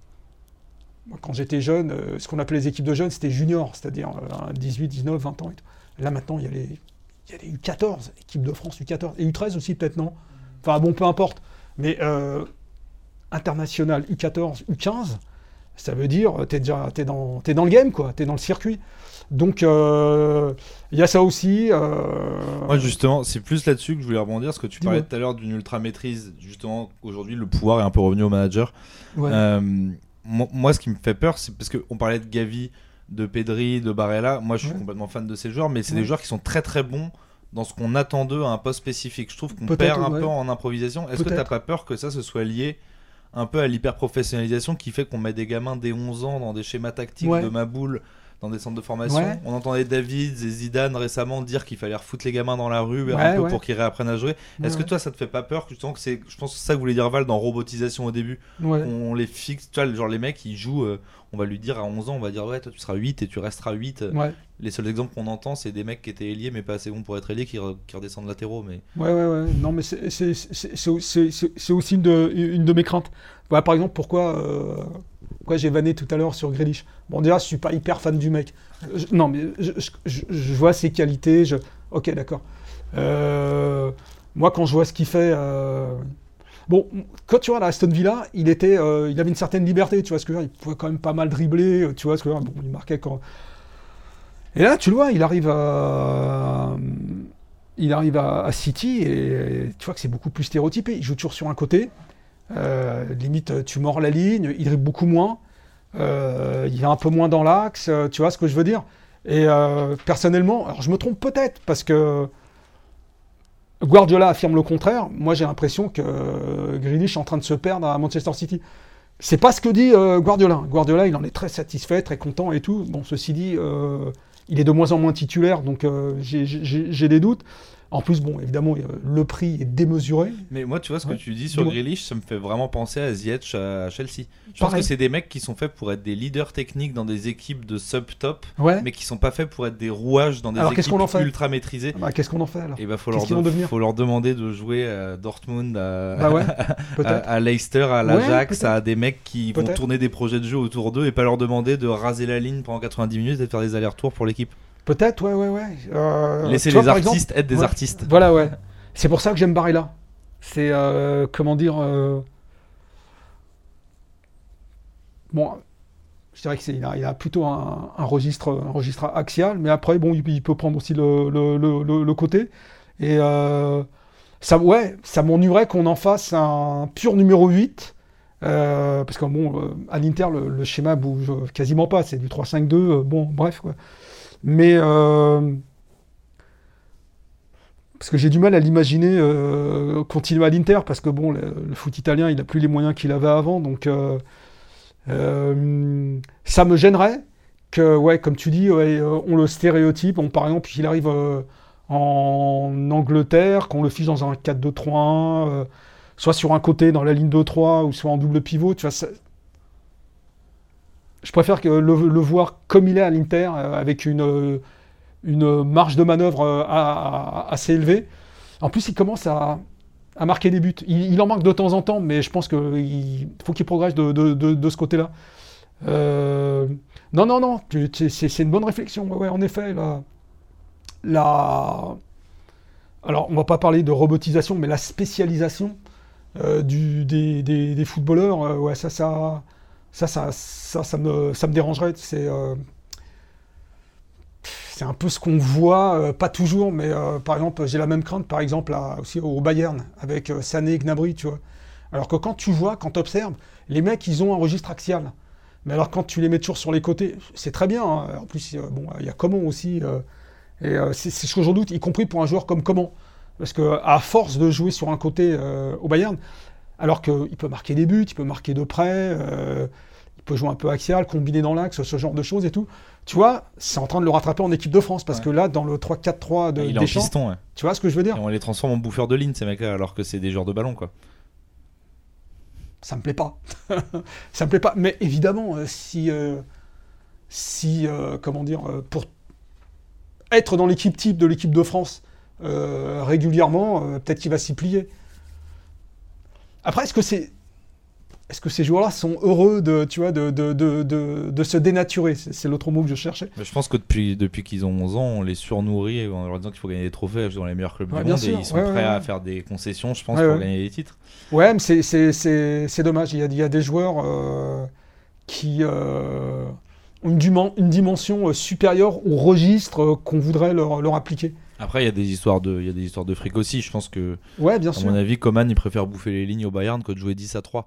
quand j'étais jeune, ce qu'on appelait les équipes de jeunes, c'était junior, c'est-à-dire 18, 19, 20 ans. Et tout. Là, maintenant, il y a les U14, l'équipe de France U14, et U13 aussi, peut-être, non? Enfin, bon, peu importe. Mais international U14, U15, ça veut dire t'es dans le game, quoi. T'es dans le circuit. Donc, il y a ça aussi. Moi, justement, c'est plus là-dessus que je voulais rebondir, parce que tu parlais tout à l'heure d'une ultra-maîtrise. Justement, aujourd'hui, le pouvoir est un peu revenu au manager. Ouais. Moi, ce qui me fait peur, c'est parce qu'on parlait de Gavi, de Pedri, de Barella. Moi, je suis complètement fan de ces joueurs, mais c'est des joueurs qui sont très très bons dans ce qu'on attend d'eux à un poste spécifique. Je trouve qu'on perd un peu en improvisation. Est-ce que t'as pas peur que ça se soit lié un peu à l'hyper-professionnalisation qui fait qu'on met des gamins dès 11 ans dans des schémas tactiques de Maboul, dans des centres de formation? On entendait David et Zidane récemment dire qu'il fallait refoutre les gamins dans la rue un peu pour qu'ils réapprennent à jouer. Est-ce que toi, ça te fait pas peur justement que c'est, je pense que c'est ça que voulait dire Val dans robotisation au début, on les fixe, tu vois, genre les mecs ils jouent, on va lui dire à 11 ans, on va dire ouais toi tu seras 8 et tu resteras 8. Les seuls exemples qu'on entend, c'est des mecs qui étaient ailiers mais pas assez bons pour être ailiers qui redescendent latéraux. Mais non, mais c'est aussi une de mes craintes. Voilà, par exemple, pourquoi j'ai vanné tout à l'heure sur Grealish. Bon, déjà, je suis pas hyper fan du mec. Non, mais je vois ses qualités. Ok, d'accord. Moi, quand je vois ce qu'il fait... Bon, quand tu vois, à Aston Villa, il avait une certaine liberté, tu vois ce que je veux dire. Il pouvait quand même pas mal dribbler, tu vois ce que je veux dire. Bon, il marquait quand... Et là, tu le vois, il arrive à City et tu vois que c'est beaucoup plus stéréotypé. Il joue toujours sur un côté. Limite, tu mords la ligne, il dribble beaucoup moins. Il est un peu moins dans l'axe, tu vois ce que je veux dire. Et personnellement, alors je me trompe peut-être, parce que Guardiola affirme le contraire. Moi, j'ai l'impression que Grealish est en train de se perdre à Manchester City. C'est pas ce que dit Guardiola. Guardiola, il en est très satisfait, très content et tout. Bon, ceci dit, il est de moins en moins titulaire, donc j'ai des doutes. En plus, bon, évidemment, le prix est démesuré. Mais moi, tu vois, ce que tu dis sur Dis-moi. Grealish, ça me fait vraiment penser à Ziyech à Chelsea. Je pense Pareil. que c'est des mecs qui sont faits pour être des leaders techniques dans des équipes de sub-top, Ouais. mais qui sont pas faits pour être des rouages dans des Alors, qu'est-ce équipes qu'on en fait ultra maîtrisées. Bah, qu'est-ce qu'on en fait alors? Et bah, Qu'est-ce qu'ils vont devenir faut leur demander de jouer à Dortmund, Bah ouais, peut-être. à Leicester, à l'Ajax, peut-être. à des mecs qui vont Peut-être. tourner des projets de jeu autour d'eux et pas leur demander de raser la ligne pendant 90 minutes et de faire des allers-retours pour l'équipe. Peut-être, ouais. Laisser tu vois, les par artistes exemple, être des ouais. artistes. Voilà, ouais. C'est pour ça que j'aime Barella. C'est, comment dire... Bon, je dirais il a plutôt un registre axial, mais après, bon, il peut prendre aussi le côté. Et ça m'ennuierait qu'on en fasse un pur numéro 8. Parce que bon, à l'Inter, le schéma bouge quasiment pas. C'est du 3-5-2. Bon, bref, quoi. Mais... parce que j'ai du mal à l'imaginer continuer à l'Inter, parce que bon, le foot italien, il n'a plus les moyens qu'il avait avant, donc ça me gênerait que, ouais, comme tu dis, ouais, on le stéréotype, par exemple, qu'il arrive en Angleterre, qu'on le fiche dans un 4-2-3-1, soit sur un côté dans la ligne 2-3, ou soit en double pivot, tu vois, je préfère que le voir comme il est à l'Inter, avec une marge de manœuvre assez élevée. En plus, il commence à marquer des buts. Il en marque de temps en temps, mais je pense qu'il faut qu'il progresse de ce côté-là. Non, c'est une bonne réflexion. Ouais, en effet, alors, on va pas parler de robotisation, mais la spécialisation des footballeurs, ouais, ça me dérangerait. C'est un peu ce qu'on voit, pas toujours, mais par exemple, j'ai la même crainte, par exemple, aussi au Bayern, avec Sané et Gnabry, tu vois. Alors que quand tu observes, les mecs, ils ont un registre axial. Mais alors quand tu les mets toujours sur les côtés, c'est très bien, hein. En plus, bon, il y a Coman aussi, c'est ce que j'en doute, y compris pour un joueur comme Coman. Parce qu'à force de jouer sur un côté au Bayern, alors qu'il peut marquer des buts, il peut marquer de près, il peut jouer un peu axial, combiner dans l'axe, ce genre de choses et tout. Tu vois, c'est en train de le rattraper en équipe de France, parce que là, dans le 3-4-3 Il est en Deschamps, piston, ouais. tu vois ce que je veux dire? Et on les transforme en bouffeurs de ligne, ces mecs-là, alors que c'est des joueurs de ballon, quoi. Ça me plaît pas. Ça me plaît pas. Mais évidemment, comment dire, pour être dans l'équipe type de l'équipe de France régulièrement, peut-être qu'il va s'y plier. Après, est-ce que ces joueurs-là sont heureux de se dénaturer? C'est l'autre mot que je cherchais. Mais je pense que depuis qu'ils ont 11 ans, on les surnourrit en leur disant qu'il faut gagner des trophées dans les meilleurs clubs du bien monde, sûr. et ils sont prêts à faire des concessions, je pense, Ouais, pour ouais. gagner des titres. Ouais, mais c'est dommage. Il y a des joueurs qui ont une dimension supérieure au registre qu'on voudrait leur appliquer. Après, il y a des histoires de fric aussi. Je pense que, Ouais, bien à sûr. mon avis, Coman, il préfère bouffer les lignes au Bayern que de jouer 10-3.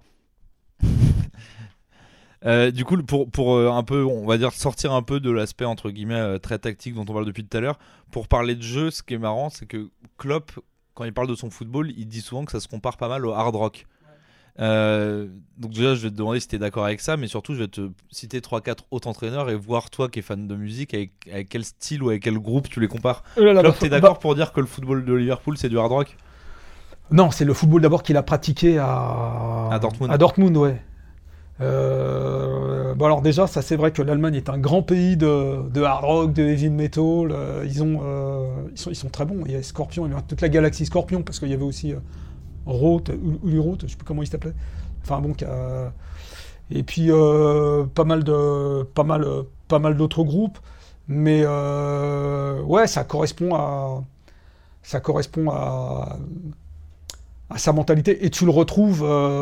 Du coup, pour un peu, on va dire, sortir un peu de l'aspect entre guillemets très tactique dont on parle depuis tout à l'heure, pour parler de jeu, ce qui est marrant, c'est que Klopp, quand il parle de son football, il dit souvent que ça se compare pas mal au hard rock. Donc déjà, je vais te demander si tu es d'accord avec ça, mais surtout, je vais te citer 3-4 autres entraîneurs et voir toi qui es fan de musique, avec quel style ou avec quel groupe tu les compares. Klopp, t'es d'accord pour dire que le football de Liverpool, c'est du hard rock? Non, c'est le football d'abord qu'il a pratiqué à Dortmund. À Dortmund, ouais. Bon alors déjà, ça c'est vrai que l'Allemagne est un grand pays de hard rock, de heavy metal. Ils sont très bons. Il y a Scorpion, il y a toute la galaxie Scorpion, parce qu'il y avait aussi Roth, Uli Roth, je sais plus comment il s'appelait. Enfin bon, et puis pas mal d'autres groupes. Mais ouais, ça correspond à sa mentalité, et tu le retrouves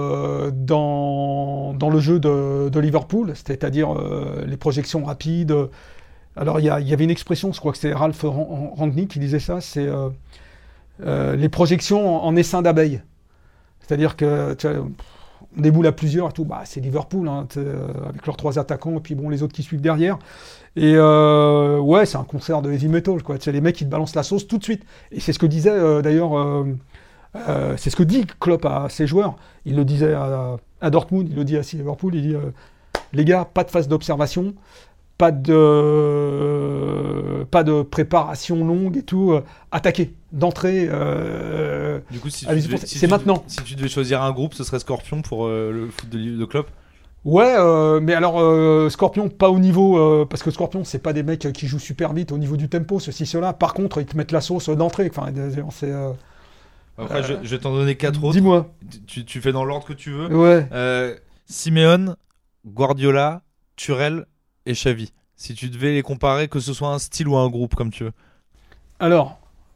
dans le jeu de Liverpool, c'est-à-dire les projections rapides. Alors il y avait une expression, je crois que c'est Ralph Rangnick qui disait ça, c'est les projections en essaim d'abeilles. C'est-à-dire que on déboule à plusieurs et tout, bah, c'est Liverpool, hein, avec leurs 3 attaquants, et puis bon, les autres qui suivent derrière. Et ouais, c'est un concert de heavy metal, quoi. Les mecs qui te balancent la sauce tout de suite. Et c'est ce que disait d'ailleurs... c'est ce que dit Klopp à ses joueurs. Il le disait à Dortmund, il le dit à Liverpool, il dit les gars, pas de phase d'observation, pas de préparation longue et tout. Attaquer, d'entrée. Du coup, si c'est maintenant. Si tu devais choisir un groupe, ce serait Scorpion pour le foot de Klopp. Ouais, mais alors Scorpion pas au niveau parce que Scorpion c'est pas des mecs qui jouent super vite au niveau du tempo, cela. Par contre, ils te mettent la sauce d'entrée. Enfin, c'est. Après, je vais t'en donner 4 autres. Dis-moi. Tu fais dans l'ordre que tu veux. Ouais. Simeone, Guardiola, Tuchel et Xavi. Si tu devais les comparer, que ce soit un style ou un groupe, comme tu veux. Alors,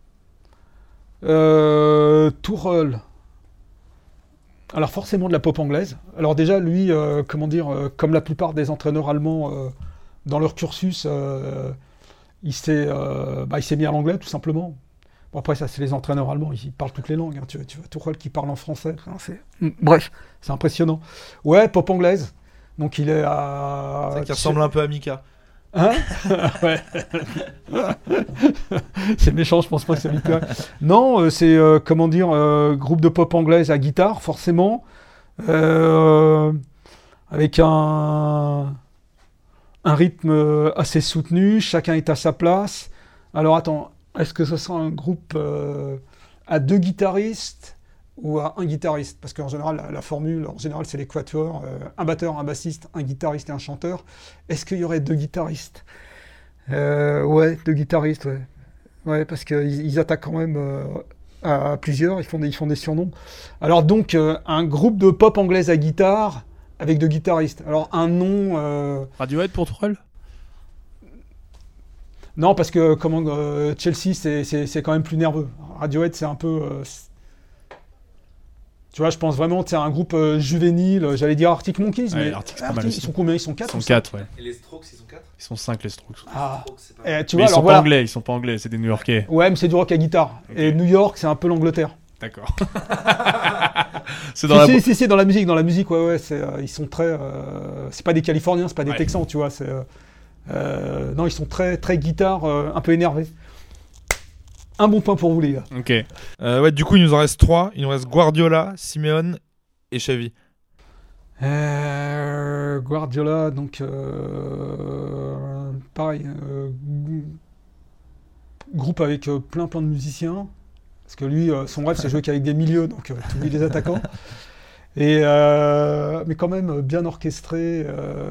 Tuchel. Alors forcément de la pop anglaise. Alors déjà, lui, comme la plupart des entraîneurs allemands dans leur cursus, il s'est mis à l'anglais tout simplement. Bon, après ça, c'est les entraîneurs allemands, ils parlent toutes les langues. Hein. Tu vois Tuchel qui parle en français. Bref, c'est impressionnant. Ouais, pop anglaise. Donc il est à... Ça qui ressemble un peu à Mika. Hein? Ouais. C'est méchant, je pense pas que c'est Mika. Non, c'est groupe de pop anglaise à guitare, forcément, avec un rythme assez soutenu, chacun est à sa place. Alors attends, est-ce que ce sera un groupe à 2 guitaristes ou à 1 guitariste? Parce qu'en général, la formule, c'est les quatuors, un batteur, un bassiste, un guitariste et un chanteur. Est-ce qu'il y aurait 2 guitaristes? Ouais, 2 guitaristes, ouais. Ouais, parce qu'ils attaquent quand même à plusieurs, ils font des surnoms. Alors donc, un groupe de pop anglaise à guitare avec 2 guitaristes. Alors un nom... Radiohead pour Tuchel? Non, parce que Chelsea, c'est quand même plus nerveux. Radiohead, c'est un peu... Tu vois, je pense vraiment que c'est un groupe juvénile, j'allais dire Arctic Monkeys, ouais, mais Arctic, ils sont combien? Ils sont 4? Ils sont 4, ouais. Et les Strokes, ils sont 4? Ils sont 5, les Strokes. Ah, tu vois, ils sont pas anglais, ils sont pas anglais, c'est des New-Yorkais. Ouais, mais c'est du rock à guitare. Okay. Et New York, c'est un peu l'Angleterre. D'accord. C'est dans si, dans la musique, ouais, ils sont très... c'est pas des Californiens, c'est pas des Texans, tu vois, non, ils sont très, très guitare, un peu énervés. Un bon point pour vous, les gars. Ok. Ouais, du coup, il nous en reste 3. Il nous reste Guardiola, Simeone et Xavi. Guardiola, donc... pareil. Groupe avec plein de musiciens. Parce que lui, son rêve, c'est jouer qu'avec des milieux, donc tu oublies les attaquants. Et, mais quand même, bien orchestré.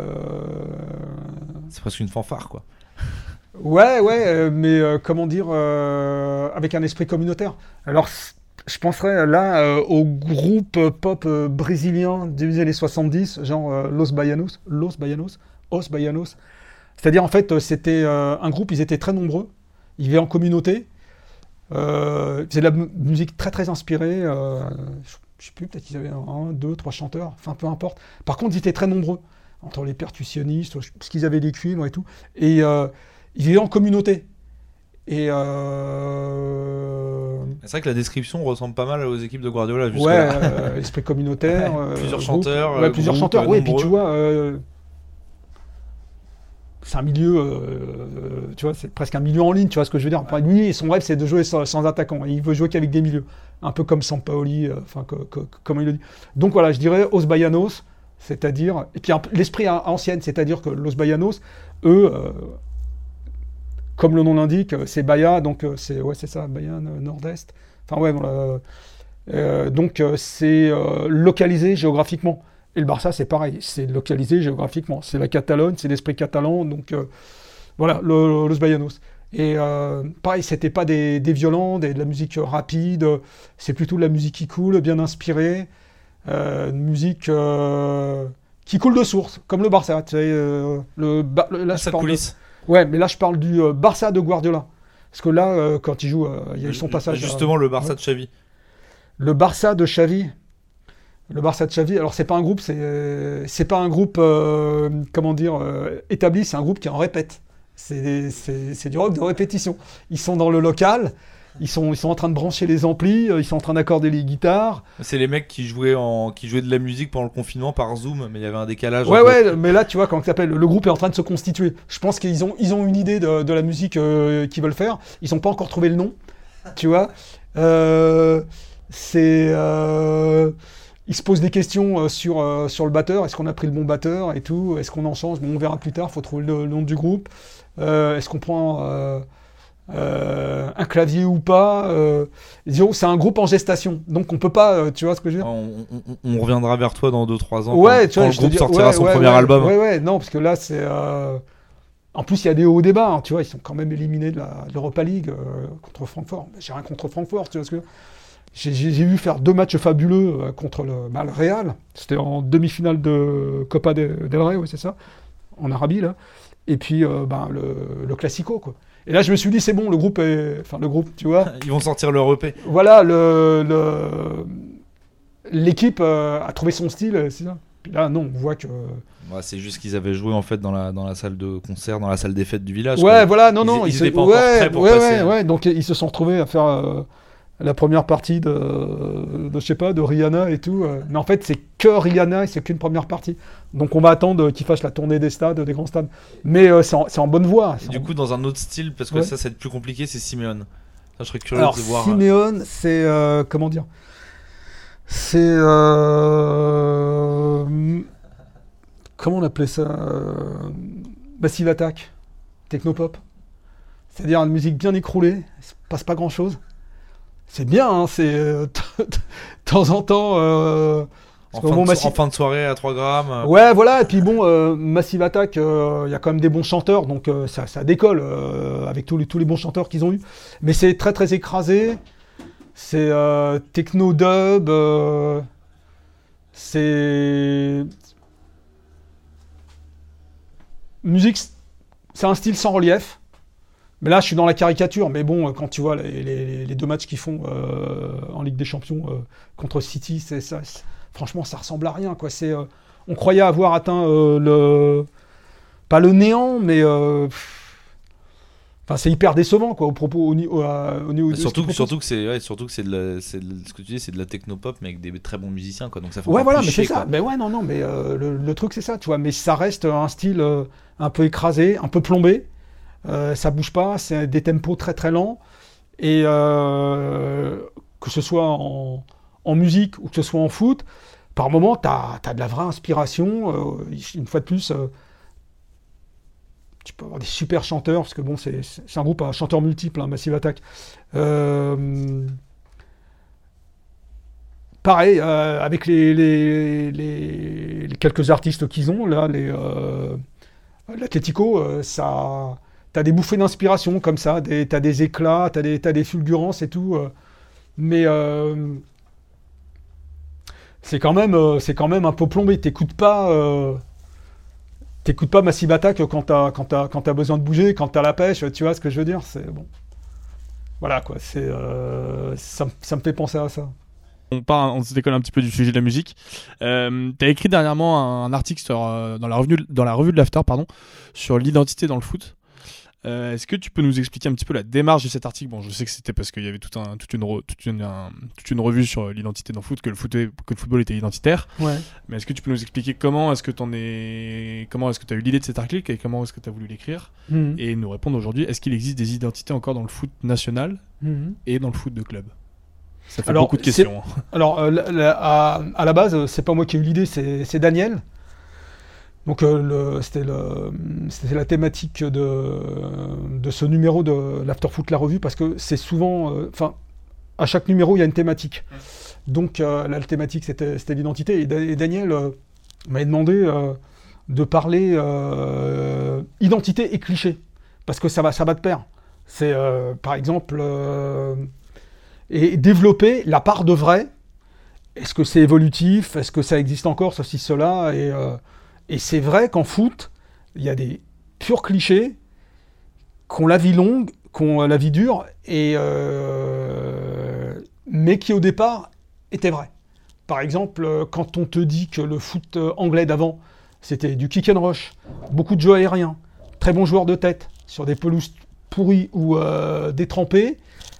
C'est presque une fanfare, quoi. Ouais, mais avec un esprit communautaire. Alors, je penserais là au groupe pop brésilien des années 70, genre Los Baianos. C'est-à-dire, en fait, c'était un groupe, ils étaient très nombreux, ils vivaient en communauté, ils faisaient de la musique très très inspirée, je sais plus, peut-être qu'ils avaient 1, 2, 3 chanteurs, enfin peu importe. Par contre, ils étaient très nombreux, entre les percussionnistes, parce qu'ils avaient des cuivres et tout, et ils vivaient en communauté. Et c'est vrai que la description ressemble pas mal aux équipes de Guardiola. Ouais, l'esprit communautaire. Plusieurs chanteurs. Ouais, plusieurs chanteurs. Ouais, et puis tu vois, c'est un milieu, tu vois, c'est presque un milieu en ligne, tu vois ce que je veux dire. Enfin, lui, son rêve, c'est de jouer sans attaquant. Il veut jouer qu'avec des milieux. Un peu comme Sampaoli, comme il le dit. Donc voilà, je dirais Os Baianos, c'est-à-dire... Et puis l'esprit ancienne, c'est-à-dire que Los Baianos, eux... comme le nom l'indique, c'est Bahia, donc c'est ça, Bahia Nord-Est. Enfin ouais, voilà. Donc c'est localisé géographiquement. Et le Barça, c'est pareil, c'est localisé géographiquement. C'est la Catalogne, c'est l'esprit catalan, donc voilà, Los Baianos. Et pareil, c'était pas des violents, de la musique rapide, c'est plutôt de la musique qui coule, bien inspirée, une musique qui coule de source, comme le Barça. Tu sais, ça coulisse. Ouais, mais là je parle du Barça de Guardiola. Parce que là, quand il joue, il y a eu son passage. Justement, le Barça de Xavi. Le Barça de Xavi. Alors c'est pas un groupe, c'est pas un groupe, établi, c'est un groupe qui en répète. C'est du rock de répétition. Ils sont dans le local. Ils sont en train de brancher les amplis, ils sont en train d'accorder les guitares. C'est les mecs qui jouaient de la musique pendant le confinement par Zoom, mais il y avait un décalage. Ouais, mais là, tu vois, le groupe est en train de se constituer. Je pense qu'ils ont une idée de la musique qu'ils veulent faire. Ils n'ont pas encore trouvé le nom, tu vois. ils se posent des questions sur le batteur. Est-ce qu'on a pris le bon batteur et tout? Est-ce qu'on en change? Bon, on verra plus tard. Il faut trouver le nom du groupe. Est-ce qu'on prend un clavier ou pas? Disons, c'est un groupe en gestation. Donc, on peut pas... tu vois ce que je veux dire? On reviendra vers toi dans 2-3 ans Ouais, quand le groupe sortira son premier album. Ouais, non, parce que là, c'est... En plus, il y a des hauts débats. Hein, tu vois, ils sont quand même éliminés de l'Europa League contre Francfort. J'ai rien contre Francfort, tu vois ce que je veux dire? J'ai vu faire 2 matchs fabuleux contre le Real. C'était en demi-finale de Copa del Rey, ouais, c'est ça, en Arabie, là. Et puis, le Classico, quoi. Et là, je me suis dit, c'est bon, le groupe, tu vois. Ils vont sortir leur EP. Voilà, l'équipe a trouvé son style, c'est ça. Puis là, non, on voit que... c'est juste qu'ils avaient joué en fait dans la salle de concert, dans la salle des fêtes du village. Ouais, quoi. voilà, non, ils étaient pas encore prêts pour passer. Ouais, donc ils se sont retrouvés à faire la première partie de je sais pas, de Rihanna et tout. Mais en fait, c'est que Rihanna et c'est qu'une première partie. Donc on va attendre qu'ils fassent la tournée des stades, des grands stades. Mais c'est en bonne voie. Du coup, dans un autre style, parce que ça, c'est plus compliqué, c'est Simeone. Ça, je serais curieux Alors, de voir. Simeone, c'est comment dire? C'est comment on appelait ça? Massive Attack, technopop. C'est-à-dire une musique bien écroulée, il se passe pas grand-chose. C'est bien, hein, c'est de temps en temps. En fin de soirée à 3 grammes. Ouais, voilà, et puis bon, Massive Attack, il y a quand même des bons chanteurs, donc ça décolle avec tous les bons chanteurs qu'ils ont eu. Mais c'est très très écrasé, c'est techno-dub, c'est... Musique, c'est un style sans relief. Mais là, je suis dans la caricature. Mais bon, quand tu vois les 2 matchs qu'ils font en Ligue des Champions contre City, franchement, ça ressemble à rien, quoi. On croyait avoir atteint pas le néant, mais c'est hyper décevant, quoi, au niveau surtout que c'est ce que tu dis, c'est de la technopop, mais avec des très bons musiciens, quoi. Donc ça fait ouais, voilà, mais chier, c'est ça. quoi. Mais ouais, non, mais le truc c'est ça, tu vois. Mais ça reste un style un peu écrasé, un peu plombé. Ça bouge pas, c'est des tempos très très lents. Et que ce soit en musique ou que ce soit en foot, par moment, t'as de la vraie inspiration. Une fois de plus, tu peux avoir des super chanteurs, parce que bon, c'est un groupe à chanteurs multiples, hein, Massive Attack. Pareil, avec les quelques artistes qu'ils ont, là, l'Atlético, t'as des bouffées d'inspiration comme ça, t'as des éclats, t'as des fulgurances et tout, mais c'est quand même un peu plombé. T'écoutes pas Massive Attack quand t'as besoin de bouger, quand t'as la pêche, tu vois ce que je veux dire, c'est bon. Voilà quoi, ça me fait penser à ça. On se décolle un petit peu du sujet de la musique. T'as écrit dernièrement un article dans la revue de l'After, sur l'identité dans le foot. Est-ce que tu peux nous expliquer un petit peu la démarche de cet article? Bon, je sais que c'était parce qu'il y avait toute une revue sur l'identité dans le foot, que le football était identitaire. Ouais. Mais est-ce que tu peux nous expliquer comment est-ce que tu as eu l'idée de cet article et comment est-ce que tu as voulu l'écrire, et nous répondre aujourd'hui, est-ce qu'il existe des identités encore dans le foot national et dans le foot de club? Ça fait beaucoup de questions. Alors, à la base, c'est pas moi qui ai eu l'idée, c'est Daniel. Donc c'était la thématique de ce numéro de l'Afterfoot La Revue, parce que c'est souvent... à chaque numéro, il y a une thématique. Donc la thématique, c'était l'identité. Et Daniel m'avait demandé de parler identité et cliché, parce que ça va de pair. C'est, par exemple, et développer la part de vrai. Est-ce que c'est évolutif? Est-ce que ça existe encore, ceci, cela? Et c'est vrai qu'en foot, il y a des purs clichés qui ont la vie longue, qui ont la vie dure, mais qui au départ étaient vrais. Par exemple, quand on te dit que le foot anglais d'avant, c'était du kick and rush, beaucoup de jeux aériens, très bons joueurs de tête, sur des pelouses pourries ou détrempées,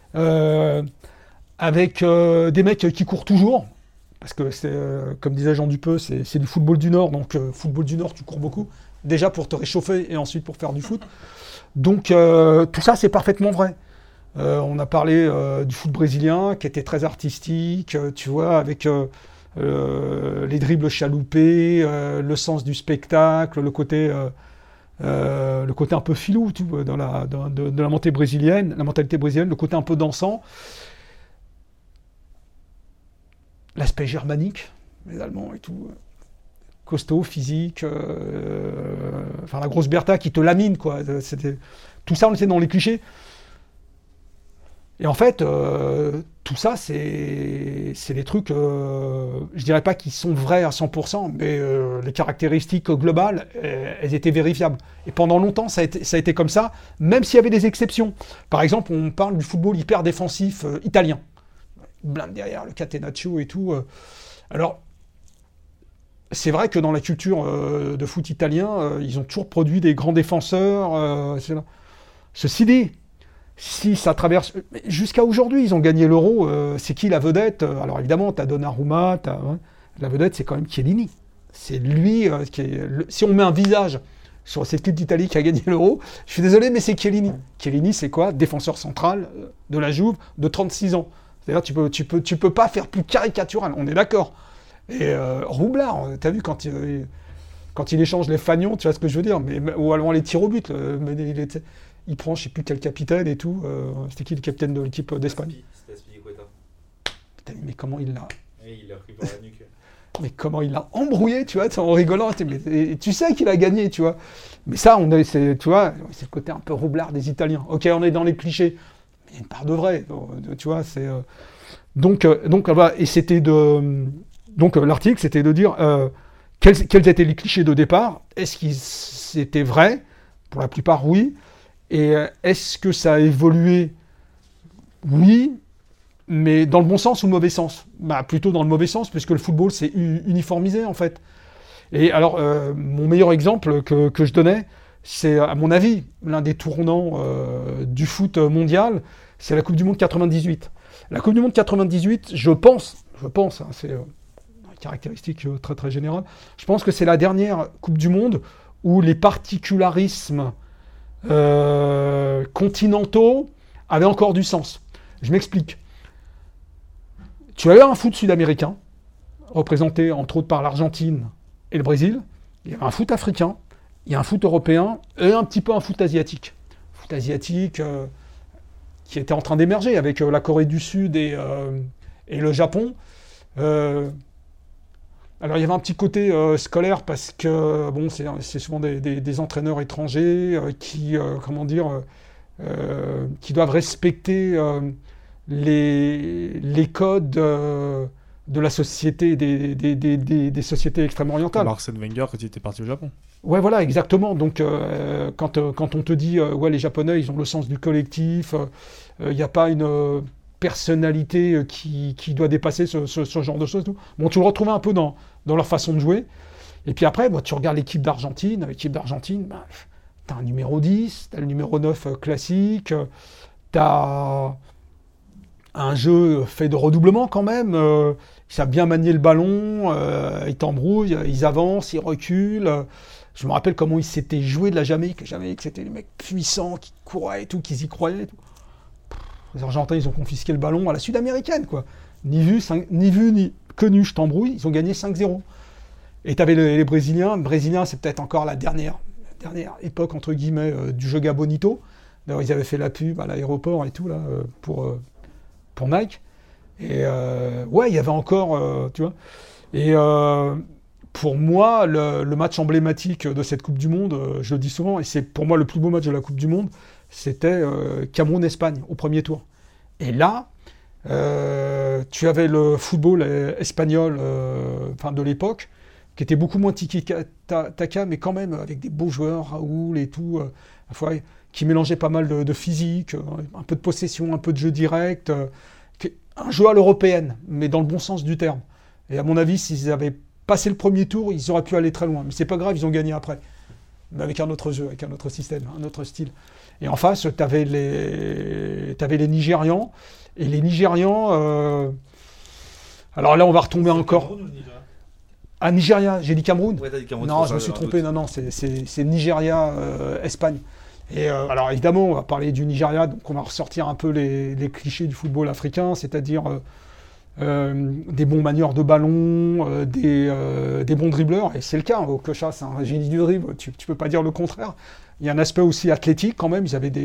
avec des mecs qui courent toujours, parce que c'est, comme disait Jean Dupeux, c'est du football du Nord, donc football du Nord, tu cours beaucoup, déjà pour te réchauffer et ensuite pour faire du foot. Donc tout ça, c'est parfaitement vrai. On a parlé du foot brésilien, qui était très artistique, tu vois, avec les dribbles chaloupés, le sens du spectacle, le côté un peu filou dans de la mentalité brésilienne, le côté un peu dansant. L'aspect germanique, les Allemands et tout, costaud, physique, la grosse Bertha qui te lamine, quoi. Tout ça, on était dans les clichés. Et en fait, tout ça, c'est des trucs, je dirais pas qu'ils sont vrais à 100%, mais les caractéristiques globales, elles étaient vérifiables. Et pendant longtemps, ça a été comme ça, même s'il y avait des exceptions. Par exemple, on parle du football hyper défensif italien. Blinde derrière, le catenaccio et tout. Alors, c'est vrai que dans la culture de foot italien, ils ont toujours produit des grands défenseurs. Ceci dit, si ça traverse... Jusqu'à aujourd'hui, ils ont gagné l'Euro. C'est qui la vedette? Alors évidemment, t'as Donnarumma, la vedette, c'est quand même Chiellini. C'est lui qui est... Si on met un visage sur cette équipe d'Italie qui a gagné l'Euro, je suis désolé, mais c'est Chiellini. Chiellini, c'est quoi? Défenseur central de la Juve de 36 ans. C'est-à-dire, tu peux pas faire plus caricatural, on est d'accord. Et Roublard, t'as vu quand il échange les fagnons, tu vois ce que je veux dire, ou alors les tirs au but, il prend je sais plus quel capitaine et tout. C'était qui le capitaine de l'équipe d'Espagne? C'était Azpilicueta. Putain, mais comment il l'a... Et il l'a pris par la nuque. Mais comment il l'a embrouillé, tu vois, en rigolant. Mais tu sais qu'il a gagné, tu vois. Mais ça, tu vois, c'est le côté un peu Roublard des Italiens. Ok, on est dans les clichés. Il y a une part de vrai, tu vois, c'est... Donc, et c'était donc l'article, c'était de dire quels étaient les clichés de départ, est-ce qu'ils étaient vrais? Pour la plupart, oui. Et est-ce que ça a évolué? Oui, mais dans le bon sens ou le mauvais sens? Plutôt dans le mauvais sens, puisque le football s'est uniformisé, en fait. Et alors, mon meilleur exemple que je donnais, c'est, à mon avis, l'un des tournants du foot mondial, c'est la Coupe du Monde 98. La Coupe du Monde 98, je pense, hein, c'est une caractéristique très très générale, je pense que c'est la dernière Coupe du Monde où les particularismes continentaux avaient encore du sens. Je m'explique. Tu avais un foot sud-américain, représenté entre autres par l'Argentine et le Brésil, il y avait un foot africain, il y a un foot européen et un petit peu un foot asiatique. Foot asiatique qui était en train d'émerger avec la Corée du Sud et le Japon. Alors il y avait un petit côté scolaire parce que bon, c'est souvent des entraîneurs étrangers qui doivent respecter les codes de la société, des sociétés extrême-orientales. Alors Arsène Wenger quand il était parti au Japon. Ouais, voilà, exactement. Donc, quand on te dit, ouais, les Japonais, ils ont le sens du collectif, il n'y a pas une personnalité qui doit dépasser ce genre de choses. Tout. Bon, tu le retrouvais un peu dans leur façon de jouer. Et puis après, tu regardes l'équipe d'Argentine. L'équipe d'Argentine, t'as un numéro 10, t'as le numéro 9 classique, t'as un jeu fait de redoublement quand même. Ils savent bien manier le ballon, ils t'embrouillent, ils avancent, ils reculent. Je me rappelle comment ils s'étaient joués de la Jamaïque. La Jamaïque, c'était les mecs puissants qui couraient et tout, qui y croyaient et tout. Les Argentins, ils ont confisqué le ballon à la sud-américaine, quoi. Ni vu ni connu, je t'embrouille, ils ont gagné 5-0. Et t'avais les Brésiliens. Brésiliens, c'est peut-être encore la dernière époque, entre guillemets, du Joga Bonito. D'ailleurs, ils avaient fait la pub à l'aéroport et tout, là, pour Nike. Et ouais, il y avait encore, tu vois. Et pour moi, le match emblématique de cette Coupe du Monde, je le dis souvent, et c'est pour moi le plus beau match de la Coupe du Monde, c'était Cameroun-Espagne, au premier tour. Et là, tu avais le football espagnol de l'époque, qui était beaucoup moins tiki-taka, mais quand même avec des beaux joueurs, Raoul et tout, qui mélangeaient pas mal de physique, un peu de possession, un peu de jeu direct, un jeu à l'européenne, mais dans le bon sens du terme. Et à mon avis, s'ils avaient passé le premier tour, ils auraient pu aller très loin. Mais c'est pas grave, ils ont gagné après. Mais avec un autre jeu, avec un autre système, un autre style. Et en face, t'avais les Nigérians. Et les Nigérians... Alors là, on va retomber encore... Ah, Nigeria, j'ai dit Cameroun? Ouais, t'as dit Cameroun. Non, je me suis trompé. Non, c'est Nigeria, Espagne. Et alors évidemment, on va parler du Nigeria, donc on va ressortir un peu les clichés du football africain, c'est-à-dire des bons manieurs de ballon, des bons dribbleurs, et c'est le cas. Okocha, c'est un génie du dribble, tu peux pas dire le contraire. Il y a un aspect aussi athlétique quand même. Ils avaient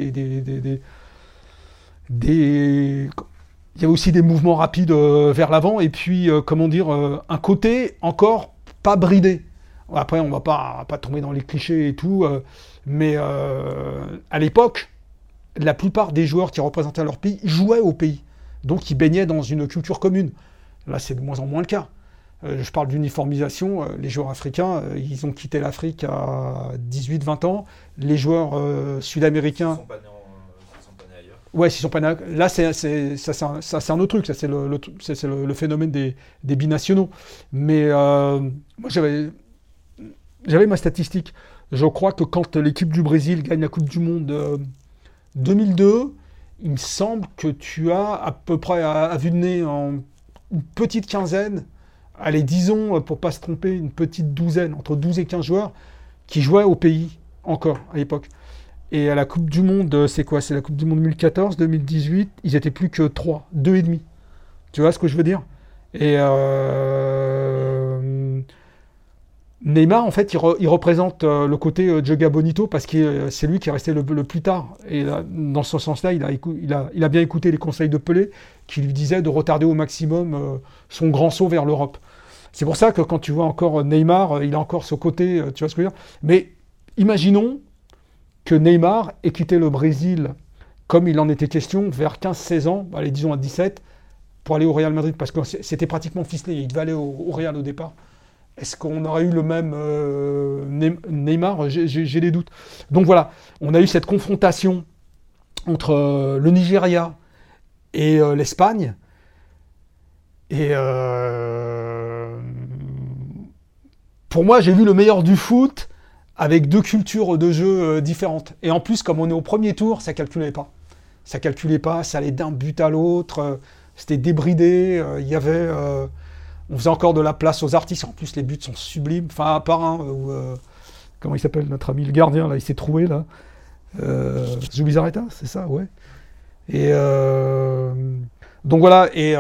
il y a aussi des mouvements rapides vers l'avant, et puis un côté encore pas bridé. Après, on va pas tomber dans les clichés et tout, mais à l'époque, la plupart des joueurs qui représentaient leur pays jouaient au pays, donc ils baignaient dans une culture commune. Là, c'est de moins en moins le cas. Je parle d'uniformisation. Les joueurs africains, ils ont quitté l'Afrique à 18-20 ans. Les joueurs sud-américains... Ouais, s'ils sont pas nés. Là, c'est un autre truc. Ça, c'est le phénomène des binationaux. Mais moi, j'avais ma statistique. Je crois que quand l'équipe du Brésil gagne la Coupe du Monde 2002, il me semble que tu as à peu près, à vue de nez, une petite quinzaine, allez, disons, pour pas se tromper, une petite douzaine, entre 12 et 15 joueurs, qui jouaient au pays, encore, à l'époque. Et à la Coupe du Monde, c'est quoi? C'est la Coupe du Monde 2014, 2018, ils étaient plus que 3, 2 et demi. Tu vois ce que je veux dire? Et Neymar, en fait, il représente le côté Joga Bonito parce que c'est lui qui est resté le plus tard. Et là, dans ce sens-là, il a bien écouté les conseils de Pelé qui lui disaient de retarder au maximum son grand saut vers l'Europe. C'est pour ça que quand tu vois encore Neymar, il a encore ce côté, tu vois ce que je veux dire? Mais imaginons que Neymar ait quitté le Brésil comme il en était question vers 15-16 ans, allez, disons à 17, pour aller au Real Madrid, parce que c'était pratiquement ficelé, il devait aller au Real au départ. Est-ce qu'on aurait eu le même Neymar? J'ai des doutes. Donc voilà, on a eu cette confrontation entre le Nigeria et l'Espagne. Et pour moi, j'ai vu le meilleur du foot avec deux cultures de jeu différentes. Et en plus, comme on est au premier tour, ça calculait pas. Ça calculait pas, ça allait d'un but à l'autre. C'était débridé. Il y avait... on faisait encore de la place aux artistes. En plus, les buts sont sublimes. Enfin, à part un où... comment il s'appelle, notre ami le gardien, là, il s'est trouvé, là. Zubizarreta, c'est ça, ouais. Et... donc voilà, et...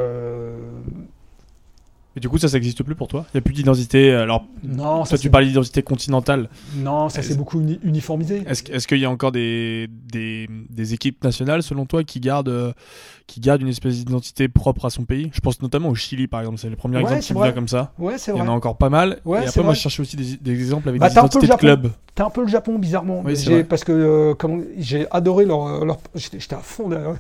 Et du coup, ça n'existe plus pour toi? Il n'y a plus d'identité. Alors, non, toi, tu parlais d'identité continentale. Non, ça s'est beaucoup uniformisé. Est-ce qu'il y a encore des équipes nationales, selon toi, qui gardent une espèce d'identité propre à son pays? Je pense notamment au Chili, par exemple. C'est le premier exemple qui me vient comme ça. Ouais, c'est vrai. Il y en a encore pas mal. Ouais, et après, moi, je cherchais aussi des exemples avec des identités de clubs. T'as un peu le Japon, bizarrement. Oui, c'est vrai. Parce que j'ai adoré leur... J'étais à fond derrière.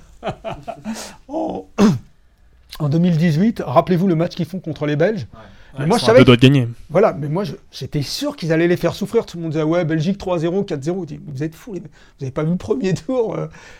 En 2018, rappelez-vous le match qu'ils font contre les Belges. Ouais, moi, je savais de gagner. Voilà, mais moi, j'étais sûr qu'ils allaient les faire souffrir. Tout le monde disait, ouais, Belgique 3-0, 4-0. Dis, vous êtes fous, vous n'avez pas vu le premier tour.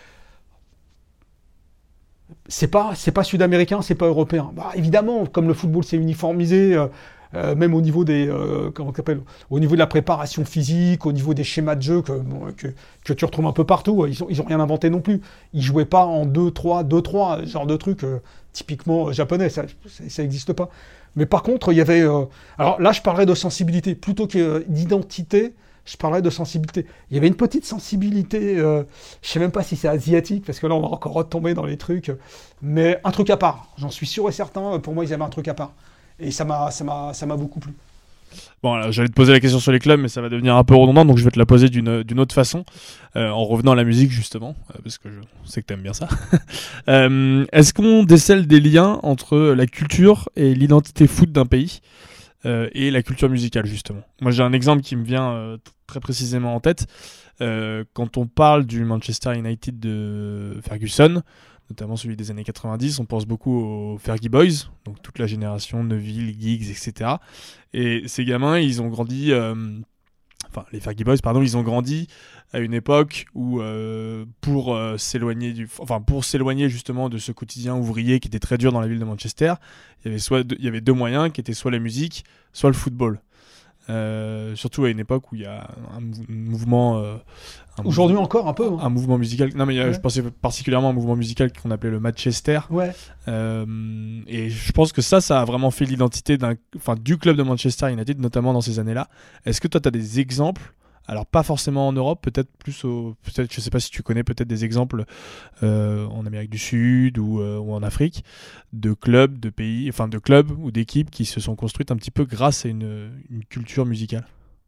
C'est pas sud-américain, c'est pas européen. Bah, évidemment, comme le football s'est uniformisé, même au niveau au niveau de la préparation physique, au niveau des schémas de jeu que tu retrouves un peu partout. Ils ont rien inventé non plus. Ils jouaient pas en 2-3, genre de truc typiquement japonais. Ça n'existe pas. Mais par contre, il y avait... alors là, je parlerais de sensibilité. Plutôt que d'identité, je parlerais de sensibilité. Il y avait une petite sensibilité, je ne sais même pas si c'est asiatique, parce que là, on va encore retomber dans les trucs. Mais un truc à part. J'en suis sûr et certain. Pour moi, ils avaient un truc à part. Et ça m'a beaucoup plu. Bon, alors, j'allais te poser la question sur les clubs, mais ça va devenir un peu redondant, donc je vais te la poser d'une autre façon, en revenant à la musique justement, parce que je sais que t'aimes bien ça. Est-ce qu'on décèle des liens entre la culture et l'identité foot d'un pays et la culture musicale justement? Moi, j'ai un exemple qui me vient très précisément en tête. Quand on parle du Manchester United de Ferguson, notamment celui des années 90, on pense beaucoup aux Fergie Boys, donc toute la génération Neville, Giggs, etc. Et ces gamins, ils ont grandi... les Fergie Boys, pardon, ils ont grandi à une époque où, pour s'éloigner justement de ce quotidien ouvrier qui était très dur dans la ville de Manchester, il y avait deux moyens qui étaient soit la musique, soit le football. Surtout à une époque où il y a un mouvement... Aujourd'hui encore un peu. Un mouvement musical. Non, mais je pensais particulièrement à un mouvement musical qu'on appelait le Manchester. Ouais. Et je pense que ça a vraiment fait l'identité du club de Manchester United, notamment dans ces années-là. Est-ce que toi, tu as des exemples Alors pas forcément en Europe, peut-être plus peut-être, je sais pas si tu connais peut-être des exemples en Amérique du Sud ou en Afrique de clubs, de pays, enfin de clubs ou d'équipes qui se sont construites un petit peu grâce à une culture musicale.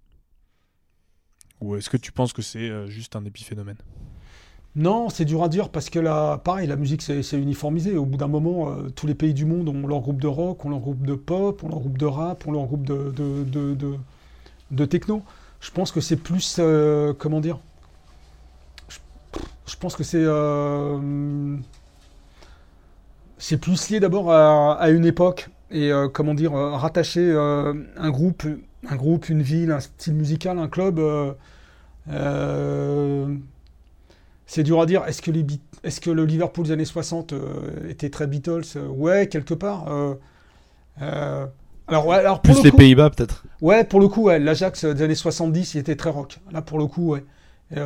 Ou est-ce que tu penses que c'est juste un épiphénomène? Non, c'est dur à dire parce que là, pareil, la musique c'est uniformisé. Au bout d'un moment, tous les pays du monde ont leur groupe de rock, ont leur groupe de pop, ont leur groupe de rap, ont leur groupe de techno. Je pense que c'est plus, comment dire, je pense que c'est plus lié d'abord à une époque et comment dire, rattacher un groupe, une ville, un style musical, un club. C'est dur à dire. Est-ce que le Liverpool des années 60 était très Beatles? Ouais, quelque part. Alors pour Plus le les coup, Pays-Bas, peut-être. ouais, pour le coup, ouais, l'Ajax des années 70, il était très rock. Là, pour le coup, ouais.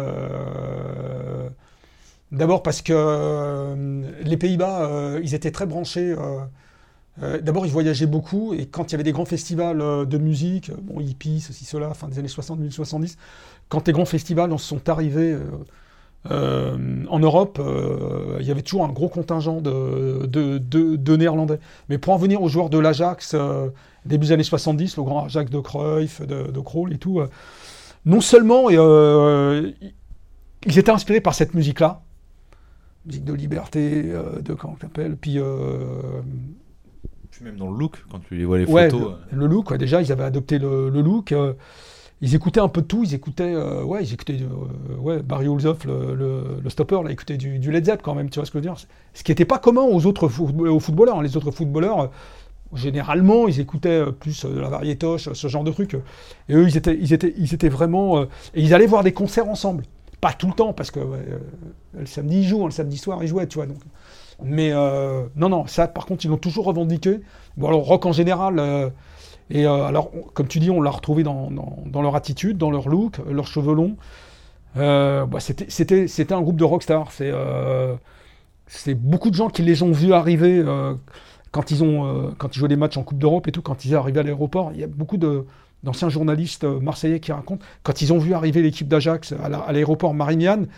D'abord parce que les Pays-Bas, ils étaient très branchés. D'abord, ils voyageaient beaucoup et quand il y avait des grands festivals de musique, bon, hippies, ceci, cela, fin des années 60, 1970, quand les grands festivals en sont arrivés en Europe, il y avait toujours un gros contingent de Néerlandais. Mais pour en venir aux joueurs de l'Ajax, début des années 70, le grand Ajax de Cruyff, de Krol et tout, non seulement ils étaient inspirés par cette musique-là, musique de liberté, de comment on l'appelle, puis Puis même dans le look, quand tu les vois les ouais, photos. le look, ouais, déjà ils avaient adopté le look. Ils écoutaient un peu de tout, ils écoutaient Barry Olzoff, le stopper, là, ils écoutaient du Led Zepp quand même, tu vois ce que je veux dire. Ce qui n'était pas commun aux footballeurs. Les autres footballeurs, généralement, ils écoutaient plus de la variétoche, ce genre de trucs. Et eux, ils étaient vraiment... et ils allaient voir des concerts ensemble. Pas tout le temps, parce que le samedi, ils jouent, le samedi soir, ils jouaient, tu vois. Donc. Mais non, ça, par contre, ils l'ont toujours revendiqué. Bon, alors, rock en général... alors, comme tu dis, on l'a retrouvé dans leur attitude, dans leur look, leurs cheveux longs. C'était un groupe de rockstars. C'est beaucoup de gens qui les ont vus arriver quand ils jouaient des matchs en Coupe d'Europe et tout, quand ils arrivaient à l'aéroport. Il y a beaucoup d'anciens journalistes marseillais qui racontent, quand ils ont vu arriver l'équipe d'Ajax à l'aéroport Marignane,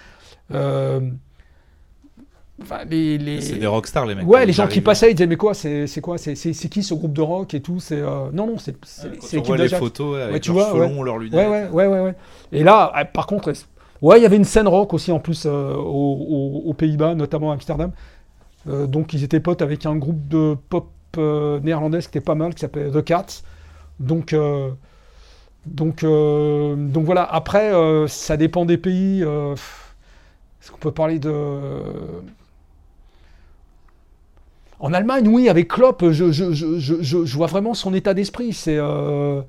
C'est des rockstars, les mecs. Ouais, les gens qui passaient, ils disaient mais quoi, c'est quoi, c'est qui ce groupe de rock et tout, non, c'est l'équipe d'Ajax. Les photos avec leurs cheveux longs, leurs lunettes. Ouais. Et là, par contre, il y avait une scène rock aussi en plus aux Pays-Bas, notamment à Amsterdam. Donc ils étaient potes avec un groupe de pop néerlandais qui était pas mal, qui s'appelait The Cats. Donc voilà. Après, ça dépend des pays. Est-ce qu'on peut parler de... En Allemagne, oui, avec Klopp, je vois vraiment son état d'esprit. T'as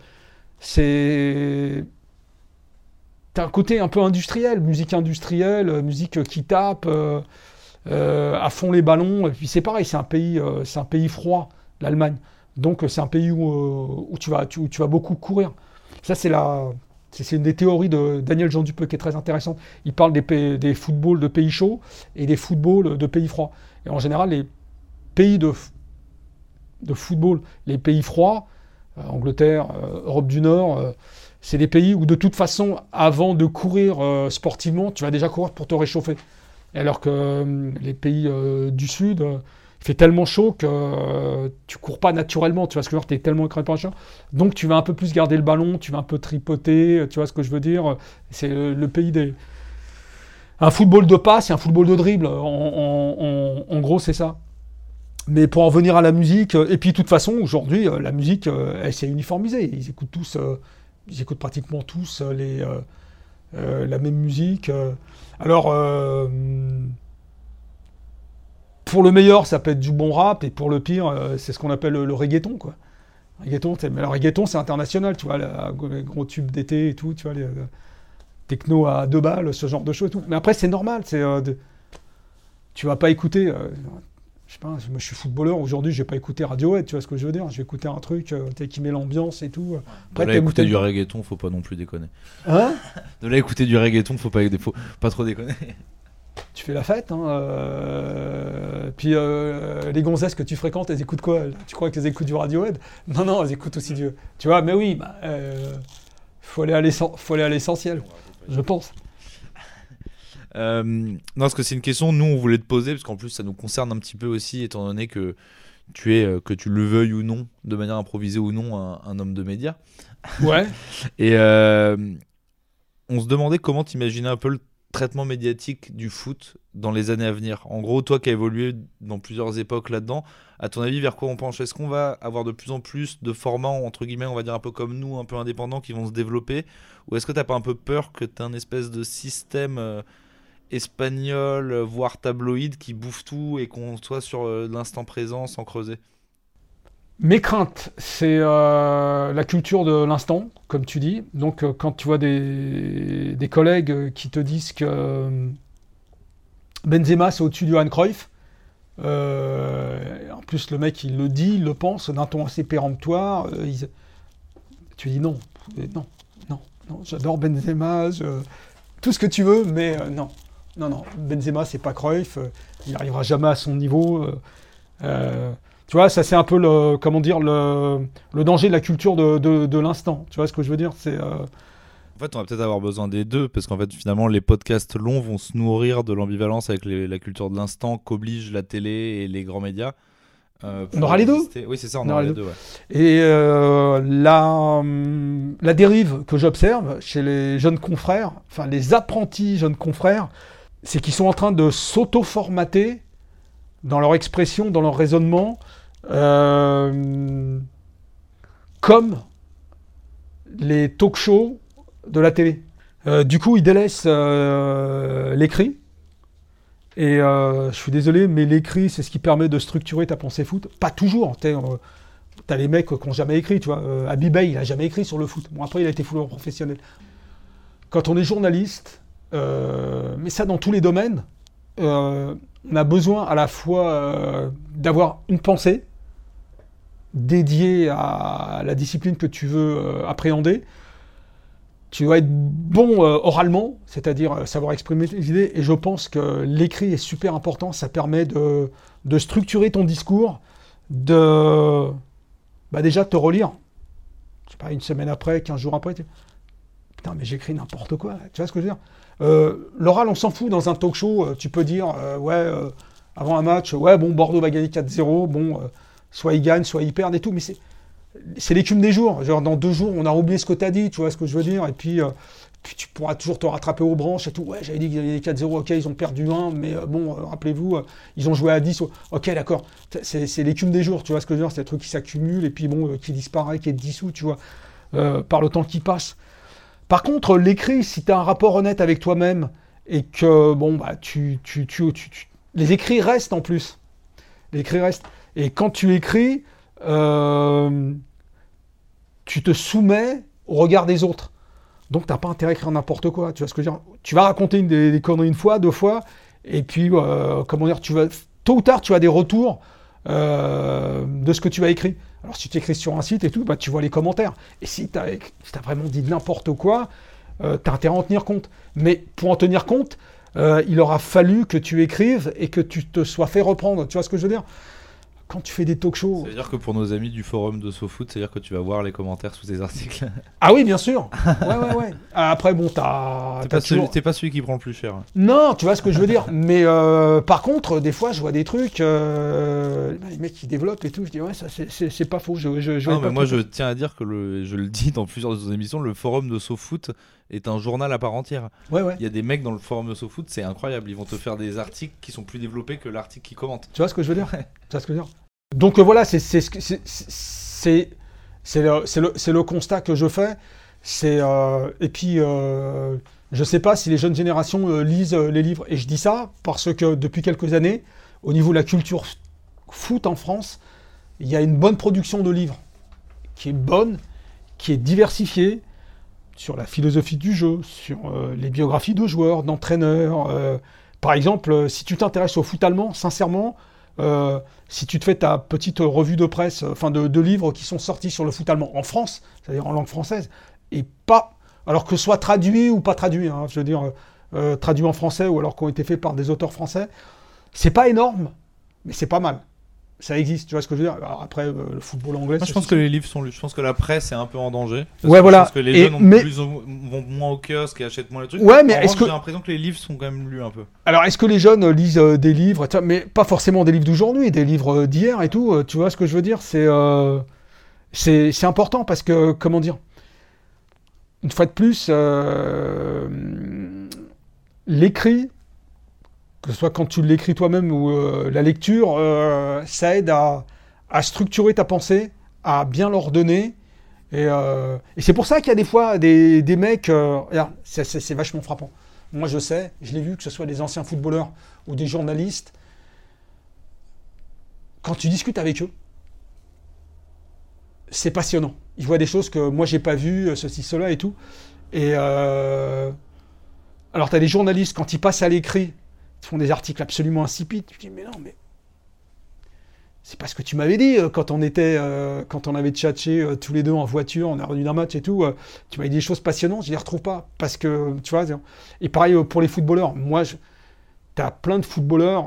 un côté un peu industriel, musique qui tape à fond les ballons. Et puis c'est pareil, c'est un pays froid, l'Allemagne. Donc c'est un pays où tu vas beaucoup courir. Ça, c'est une des théories de Daniel Jean Dupeux qui est très intéressante. Il parle des footballs de pays chauds et des footballs de pays froids. Et en général, les pays de football, les pays froids, Angleterre, Europe du Nord, c'est des pays où de toute façon, avant de courir sportivement, tu vas déjà courir pour te réchauffer. Alors que les pays du Sud, il fait tellement chaud que tu cours pas naturellement, tu vois ce que je veux dire, tu es tellement écrasé par le chaud. Donc tu vas un peu plus garder le ballon, tu vas un peu tripoter, tu vois ce que je veux dire. C'est le pays des... Un football de passe et un football de dribble, en gros c'est ça. Mais pour en venir à la musique, et puis de toute façon, aujourd'hui, la musique, elle s'est uniformisée. Ils écoutent pratiquement tous la même musique. Alors, pour le meilleur, ça peut être du bon rap, et pour le pire, c'est ce qu'on appelle le reggaeton, quoi. Mais le reggaeton, c'est international, tu vois, les gros tubes d'été et tout, tu vois, les techno à 2 balles, ce genre de choses et tout. Mais après, c'est normal, tu vas pas écouter... je sais pas, moi je suis footballeur, aujourd'hui je vais pas écouter Radiohead, tu vois ce que je veux dire, je vais écouter un truc qui met l'ambiance et tout. Après, de là écouter du reggaeton, faut pas non plus déconner. Hein? De là écouter du reggaeton, faut pas trop déconner. Tu fais la fête, hein. Puis les gonzesses que tu fréquentes, elles écoutent quoi? Tu crois qu'elles écoutent du Radiohead? Non, elles écoutent aussi du... Tu vois, mais oui, faut aller à l'essentiel, je pense. Non, parce que c'est une question, nous, on voulait te poser, parce qu'en plus, ça nous concerne un petit peu aussi, étant donné que tu es, que tu le veuilles ou non, de manière improvisée ou non, un homme de médias. Ouais. Et on se demandait comment t'imaginais un peu le traitement médiatique du foot dans les années à venir. En gros, toi qui as évolué dans plusieurs époques là-dedans, à ton avis, vers quoi on penche? Est-ce qu'on va avoir de plus en plus de formats, entre guillemets, on va dire un peu comme nous, un peu indépendants, qui vont se développer? Ou est-ce que t'as pas un peu peur que t'aies un espèce de système espagnol, voire tabloïd, qui bouffe tout et qu'on soit sur l'instant présent sans creuser? Mes craintes, c'est la culture de l'instant, comme tu dis. Donc, quand tu vois des collègues qui te disent que Benzema, c'est au-dessus de Johan Cruyff, en plus, le mec, il le dit, il le pense, d'un ton assez péremptoire. Tu dis non, j'adore Benzema, tout ce que tu veux, mais non. Benzema, c'est pas Cruyff, il n'arrivera jamais à son niveau. Tu vois, ça c'est un peu le danger de la culture de l'instant. Tu vois ce que je veux dire? En fait, on va peut-être avoir besoin des deux, parce qu'en fait, finalement, les podcasts longs vont se nourrir de l'ambivalence avec la culture de l'instant qu'oblige la télé et les grands médias. On aura les deux. Oui, c'est ça, on aura les deux. Ouais. Et la dérive que j'observe chez les jeunes confrères, enfin les apprentis jeunes confrères, c'est qu'ils sont en train de s'auto-formater dans leur expression, dans leur raisonnement, comme les talk-shows de la télé. Du coup, ils délaissent l'écrit. Et je suis désolé, mais l'écrit, c'est ce qui permet de structurer ta pensée foot. Pas toujours. T'as les mecs qui n'ont jamais écrit, tu vois. Habibay, il n'a jamais écrit sur le foot. Bon, après, il a été footballeur professionnel. Quand on est journaliste, mais ça dans tous les domaines, on a besoin à la fois d'avoir une pensée dédiée à la discipline que tu veux appréhender. Tu dois être bon oralement, c'est-à-dire savoir exprimer tes idées. Et je pense que l'écrit est super important. Ça permet de structurer ton discours, déjà de te relire. Je sais pas, une semaine après, 15 jours après, putain, mais j'écris n'importe quoi. Tu vois ce que je veux dire? L'oral, on s'en fout dans un talk show. Tu peux dire, avant un match, Bordeaux va gagner 4-0. Soit ils gagnent, soit ils perdent et tout. Mais c'est l'écume des jours. Genre, dans 2 jours, on a oublié ce que tu as dit. Tu vois ce que je veux dire? Et puis tu pourras toujours te rattraper aux branches et tout. Ouais, j'avais dit qu'ils gagnaient 4-0. Ok, ils ont perdu 1. Mais rappelez-vous, ils ont joué à 10. Ok, d'accord. C'est l'écume des jours. Tu vois ce que je veux dire? C'est des trucs qui s'accumulent et puis qui disparaît, qui est dissous, tu vois, par le temps qui passe. Par contre, l'écrit, si tu as un rapport honnête avec toi-même et que, les écrits restent en plus. Les écrits restent. Et quand tu écris, tu te soumets au regard des autres. Donc, tu n'as pas intérêt à écrire n'importe quoi. Tu vois ce que je veux dire? Tu vas raconter des conneries 1 fois, 2 fois, et puis, tôt ou tard, tu as des retours de ce que tu as écrit. Alors, si tu écris sur un site et tout, tu vois les commentaires. Et si tu as vraiment dit n'importe quoi, tu as intérêt à en tenir compte. Mais pour en tenir compte, il aura fallu que tu écrives et que tu te sois fait reprendre. Tu vois ce que je veux dire? Quand tu fais des talk shows... Ça veut dire que pour nos amis du forum de SoFoot, c'est-à-dire que tu vas voir les commentaires sous tes articles? Ah oui, bien sûr. Ouais. Après, T'es pas celui qui prend le plus cher. Non, tu vois ce que je veux dire. Mais par contre, des fois, je vois des trucs, les mecs qui développent et tout, je dis ouais, ça c'est pas faux. Je tiens à dire que je le dis dans plusieurs de nos émissions, le forum de SoFoot est un journal à part entière. Ouais. Il y a des mecs dans le forum de SoFoot, c'est incroyable. Ils vont te faire des articles qui sont plus développés que l'article qu'ils commentent. Tu vois ce que je veux dire? Donc voilà, c'est le constat que je fais. Et puis, je sais pas si les jeunes générations lisent les livres. Et je dis ça parce que depuis quelques années, au niveau de la culture foot en France, il y a une bonne production de livres qui est bonne, qui est diversifiée sur la philosophie du jeu, sur les biographies de joueurs, d'entraîneurs. Par exemple, si tu t'intéresses au foot allemand, sincèrement, si tu te fais ta petite revue de presse, de livres qui sont sortis sur le foot allemand en France, c'est-à-dire en langue française, et pas, alors que ce soit traduit ou pas traduit, je veux dire, traduit en français ou alors qui ont été faits par des auteurs français, c'est pas énorme, mais c'est pas mal. Ça existe, tu vois ce que je veux dire. Alors après, le football anglais... Moi, je pense que les livres sont lus. Je pense que la presse est un peu en danger. Ouais, voilà. Je pense que les jeunes vont moins au kiosque et achètent moins les trucs. Ouais, mais est-ce que... J'ai l'impression que les livres sont quand même lus un peu. Alors, est-ce que les jeunes lisent des livres, mais pas forcément des livres d'aujourd'hui, des livres d'hier et tout, tu vois ce que je veux dire, c'est important parce que, comment dire, une fois de plus, l'écrit, que ce soit quand tu l'écris toi-même ou la lecture, ça aide à structurer ta pensée, à bien l'ordonner. Et c'est pour ça qu'il y a des fois des mecs... regarde, c'est vachement frappant. Moi, je sais, je l'ai vu, que ce soit des anciens footballeurs ou des journalistes, quand tu discutes avec eux, c'est passionnant. Ils voient des choses que moi, j'ai pas vues, ceci, cela et tout. Et alors, tu as des journalistes, quand ils passent à l'écrit, ils font des articles absolument insipides. Tu te dis, mais non, mais c'est pas ce que tu m'avais dit quand on avait tchatché tous les deux en voiture, on est revenu d'un match et tout. Tu m'avais dit des choses passionnantes, je les retrouve pas. Parce que, tu vois, et pareil pour les footballeurs. Moi, t'as plein de footballeurs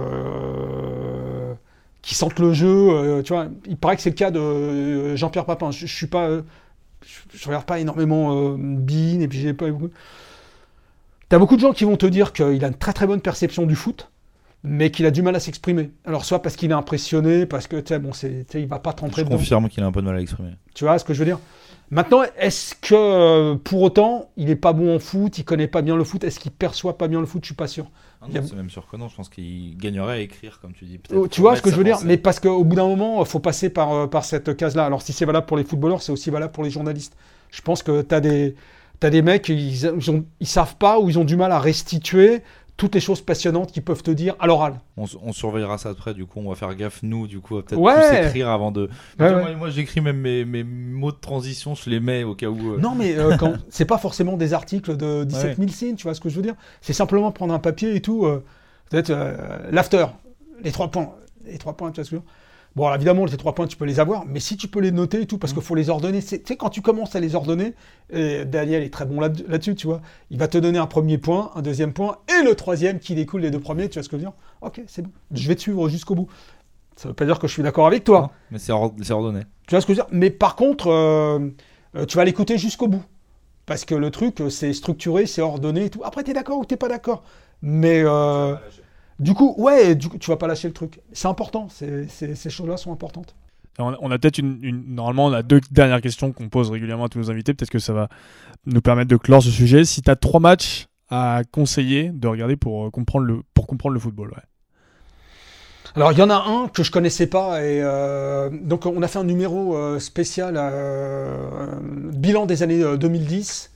qui sentent le jeu. Tu vois, il paraît que c'est le cas de Jean-Pierre Papin. Je suis pas, je regarde pas énormément Bein et puis j'ai pas beaucoup. T'as beaucoup de gens qui vont te dire qu'il a une très très bonne perception du foot, mais qu'il a du mal à s'exprimer. Alors soit parce qu'il est impressionné, parce que il va pas te rentrer dedans. Je confirme qu'il a un peu de mal à l'exprimer. Tu vois ce que je veux dire? Maintenant, est-ce que pour autant, il est pas bon en foot, il connaît pas bien le foot, est-ce qu'il perçoit pas bien le foot? Je suis pas sûr. Non, c'est même sûr que non. Je pense qu'il gagnerait à écrire, comme tu dis. Tu vois ce que je veux dire? Mais parce qu'au bout d'un moment, il faut passer par cette case-là. Alors si c'est valable pour les footballeurs, c'est aussi valable pour les journalistes. Je pense que t'as des mecs, ils savent pas ou ils ont du mal à restituer toutes les choses passionnantes qu'ils peuvent te dire à l'oral. On surveillera ça de près, du coup, on va faire gaffe, nous, du coup, on va peut-être plus écrire avant de... Moi, j'écris même mes mots de transition, je les mets au cas où... Non, mais c'est pas forcément des articles de 17 000 signes, tu vois ce que je veux dire? C'est simplement prendre un papier et tout, peut-être l'after, les 3 points, tu vois ce que je veux dire? Bon, alors, évidemment, les 3 points, tu peux les avoir, mais si tu peux les noter et tout, parce qu'il faut les ordonner, tu sais, quand tu commences à les ordonner, et Daniel est très bon là-dessus, tu vois, il va te donner un premier point, un deuxième point, et le troisième qui découle des 2 premiers, tu vois ce que je veux dire? Ok, c'est bon, je vais te suivre jusqu'au bout. Ça veut pas dire que je suis d'accord avec toi. Non, mais c'est ordonné. Tu vois ce que je veux dire? Mais par contre, tu vas l'écouter jusqu'au bout. Parce que le truc, c'est structuré, c'est ordonné et tout. Après, t'es d'accord ou t'es pas d'accord? Mais... Du coup, tu vas pas lâcher le truc. C'est important, ces choses-là sont importantes. On a peut-être normalement, on a 2 dernières questions qu'on pose régulièrement à tous nos invités. Peut-être que ça va nous permettre de clore ce sujet. Si tu as 3 matchs à conseiller de regarder pour comprendre le football. Ouais. Alors, il y en a un que je connaissais pas. Et, donc, on a fait un numéro spécial bilan des années 2010.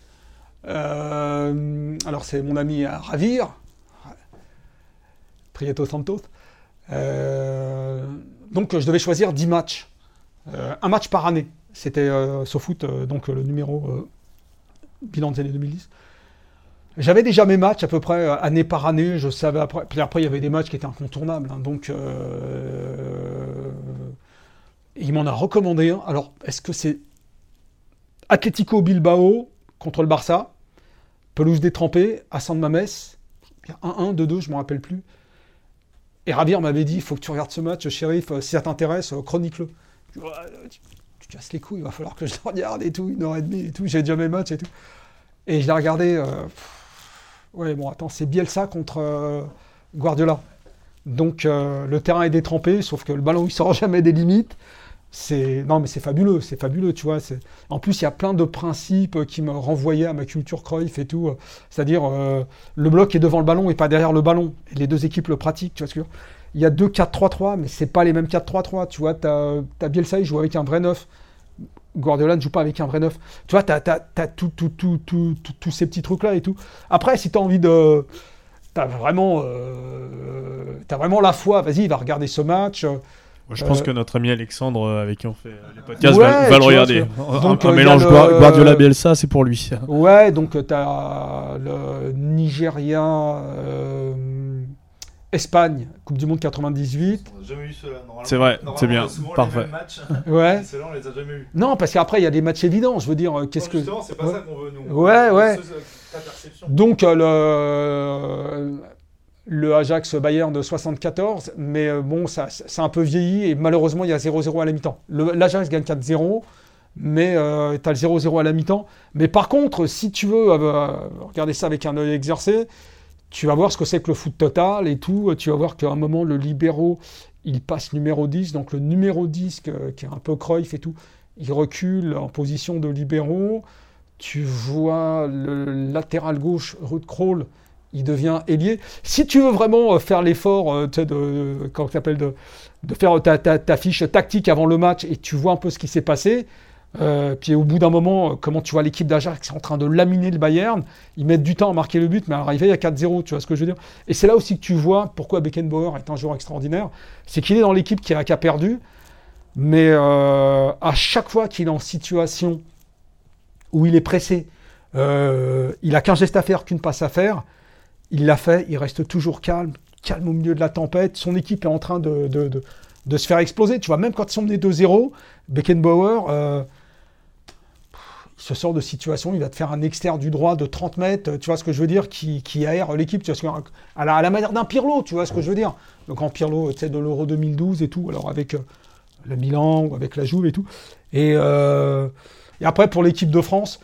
Alors, c'est mon ami Ravir. Prieto Santos. Donc je devais choisir 10 matchs. Un match par année. C'était SoFoot, donc le numéro bilan des années 2010. J'avais déjà mes matchs à peu près année par année. Je savais après. Puis après, il y avait des matchs qui étaient incontournables. Hein, donc il m'en a recommandé un. Alors, est-ce que c'est Atlético Bilbao contre le Barça, pelouse détrempée, à San Mamés, 1-1, 2-2, je ne me rappelle plus. Et Ravir m'avait dit, il faut que tu regardes ce match, Shérif, si ça t'intéresse, chronique-le. Tu casses les couilles, il va falloir que je le regarde et tout, 1h30 et tout, j'ai déjà mes matchs et tout. Et je l'ai regardé, c'est Bielsa contre Guardiola. Donc le terrain est détrempé, sauf que le ballon il sort jamais des limites. Non mais c'est fabuleux, tu vois. En plus il y a plein de principes qui me renvoyaient à ma culture Cruyff et tout. C'est-à-dire le bloc est devant le ballon et pas derrière le ballon. Et les 2 équipes le pratiquent, tu vois ce que je veux dire. Il y a 2 4-3-3, mais c'est pas les mêmes 4-3-3. Tu vois, t'as Bielsa, il joue avec un vrai 9. Guardiola ne joue pas avec un vrai 9. Tu vois, t'as tous ces petits trucs-là et tout. Après, si t'as envie de... T'as vraiment la foi, vas-y, va regarder ce match. Je pense que notre ami Alexandre, avec qui on fait les podcasts, va le regarder. Donc, un mélange Guardiola-Bielsa, c'est pour lui. Ouais, donc tu as le Nigeria, Espagne, Coupe du Monde 98. On n'a jamais eu cela, normalement. C'est vrai, c'est bien, parfait. Ouais. Ceux-là, on les a jamais eu. Non, parce qu'après, il y a des matchs évidents. Je veux dire, justement, c'est pas ça qu'on veut, nous. Ouais. Ta perception. Donc, le Ajax Bayern de 74, mais bon, ça a un peu vieilli et malheureusement, il y a 0-0 à la mi-temps. L'Ajax gagne 4-0, mais tu as le 0-0 à la mi-temps. Mais par contre, si tu veux regarder ça avec un œil exercé, tu vas voir ce que c'est que le foot total et tout. Tu vas voir qu'à un moment, le libéro, il passe numéro 10, donc le numéro 10, qui est un peu Cruyff et tout, il recule en position de libéro. Tu vois le latéral gauche, Ruud Krol, il devient ailier. Si tu veux vraiment faire l'effort, quand tu appelles de faire ta fiche tactique avant le match et tu vois un peu ce qui s'est passé, puis au bout d'un moment, comment tu vois l'équipe d'Ajax en train de laminer le Bayern, ils mettent du temps à marquer le but, mais à l'arrivée, il y a 4-0, tu vois ce que je veux dire. Et c'est là aussi que tu vois pourquoi Beckenbauer est un joueur extraordinaire, c'est qu'il est dans l'équipe qui a perdu, mais à chaque fois qu'il est en situation où il est pressé, il a qu'un geste à faire, qu'une passe à faire, il l'a fait, il reste toujours calme au milieu de la tempête, son équipe est en train de se faire exploser, tu vois, même quand ils sont menés 2-0, Beckenbauer, il se sort de situation, il va te faire un extérieur du droit de 30 mètres, tu vois ce que je veux dire, qui aère l'équipe, tu vois, à la manière d'un Pirlo, tu vois ce que je veux dire, le grand Pirlo, tu sais, de l'Euro 2012 et tout, alors avec le Milan ou avec la Juve et tout, et après pour l'équipe de France,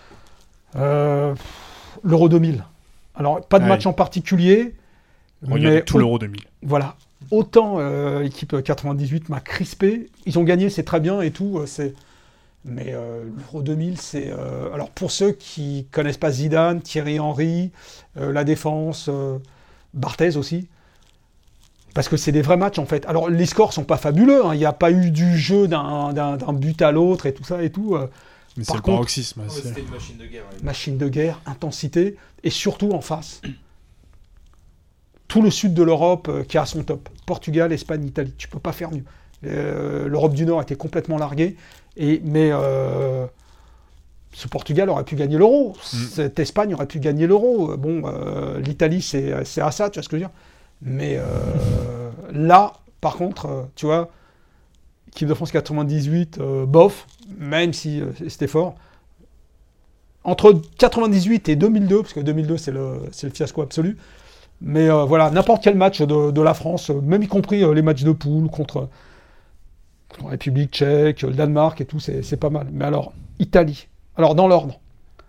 l'Euro 2000, alors pas de match en particulier, mais tout l'Euro 2000. Voilà, autant l'équipe 98 m'a crispé, ils ont gagné, c'est très bien et tout, mais l'Euro 2000, c'est... alors pour ceux qui connaissent pas Zidane, Thierry Henry, la défense, Barthez aussi, parce que c'est des vrais matchs en fait. Alors les scores sont pas fabuleux, il n'y a pas eu du jeu d'un but à l'autre et tout ça et tout. Mais c'est le paroxysme. C'était une machine de guerre. Machine de guerre, intensité, et surtout en face, tout le sud de l'Europe qui est à son top. Portugal, Espagne, Italie, tu peux pas faire mieux. L'Europe du Nord était complètement larguée, mais ce Portugal aurait pu gagner l'Euro, cette Espagne aurait pu gagner l'Euro. Bon, l'Italie, c'est à ça, tu vois ce que je veux dire. Mais là, par contre, tu vois, équipe de France 98, bof, même si c'était fort. Entre 98 et 2002, parce que 2002, c'est le fiasco absolu. Mais voilà, n'importe quel match de la France, même y compris les matchs de poule contre la République tchèque, le Danemark et tout, c'est pas mal. Mais alors, Italie. Alors, dans l'ordre.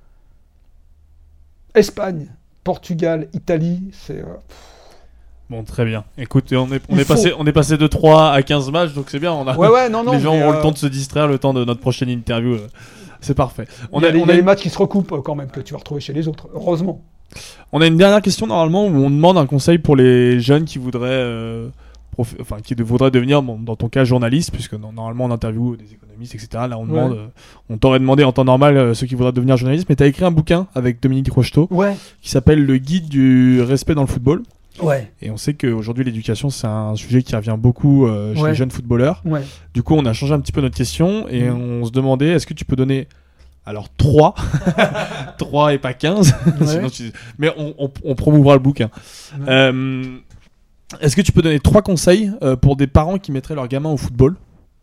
Espagne, Portugal, Italie, c'est... Bon, très bien. Écoute, on est passé de 3 à 15 matchs, donc c'est bien. Non, les gens ont le temps de se distraire, le temps de notre prochaine interview. C'est parfait. Il y a les matchs qui se recoupent quand même, que tu vas retrouver chez les autres, heureusement. On a une dernière question normalement où on demande un conseil pour les jeunes qui voudraient, qui voudraient devenir, bon, dans ton cas, journaliste, puisque normalement on interviewe des économistes, etc. Là, on demande, on t'aurait demandé en temps normal ceux qui voudraient devenir journaliste, mais tu as écrit un bouquin avec Dominique Rocheteau qui s'appelle Le guide du respect dans le football. Ouais. Et on sait qu'aujourd'hui l'éducation c'est un sujet qui revient beaucoup chez les jeunes footballeurs. Ouais. Du coup on a changé un petit peu notre question et on se demandait est-ce que tu peux donner 3 3 et pas 15 sinon mais on promouvra le bouquin. Est-ce que tu peux donner 3 conseils pour des parents qui mettraient leur gamin au football?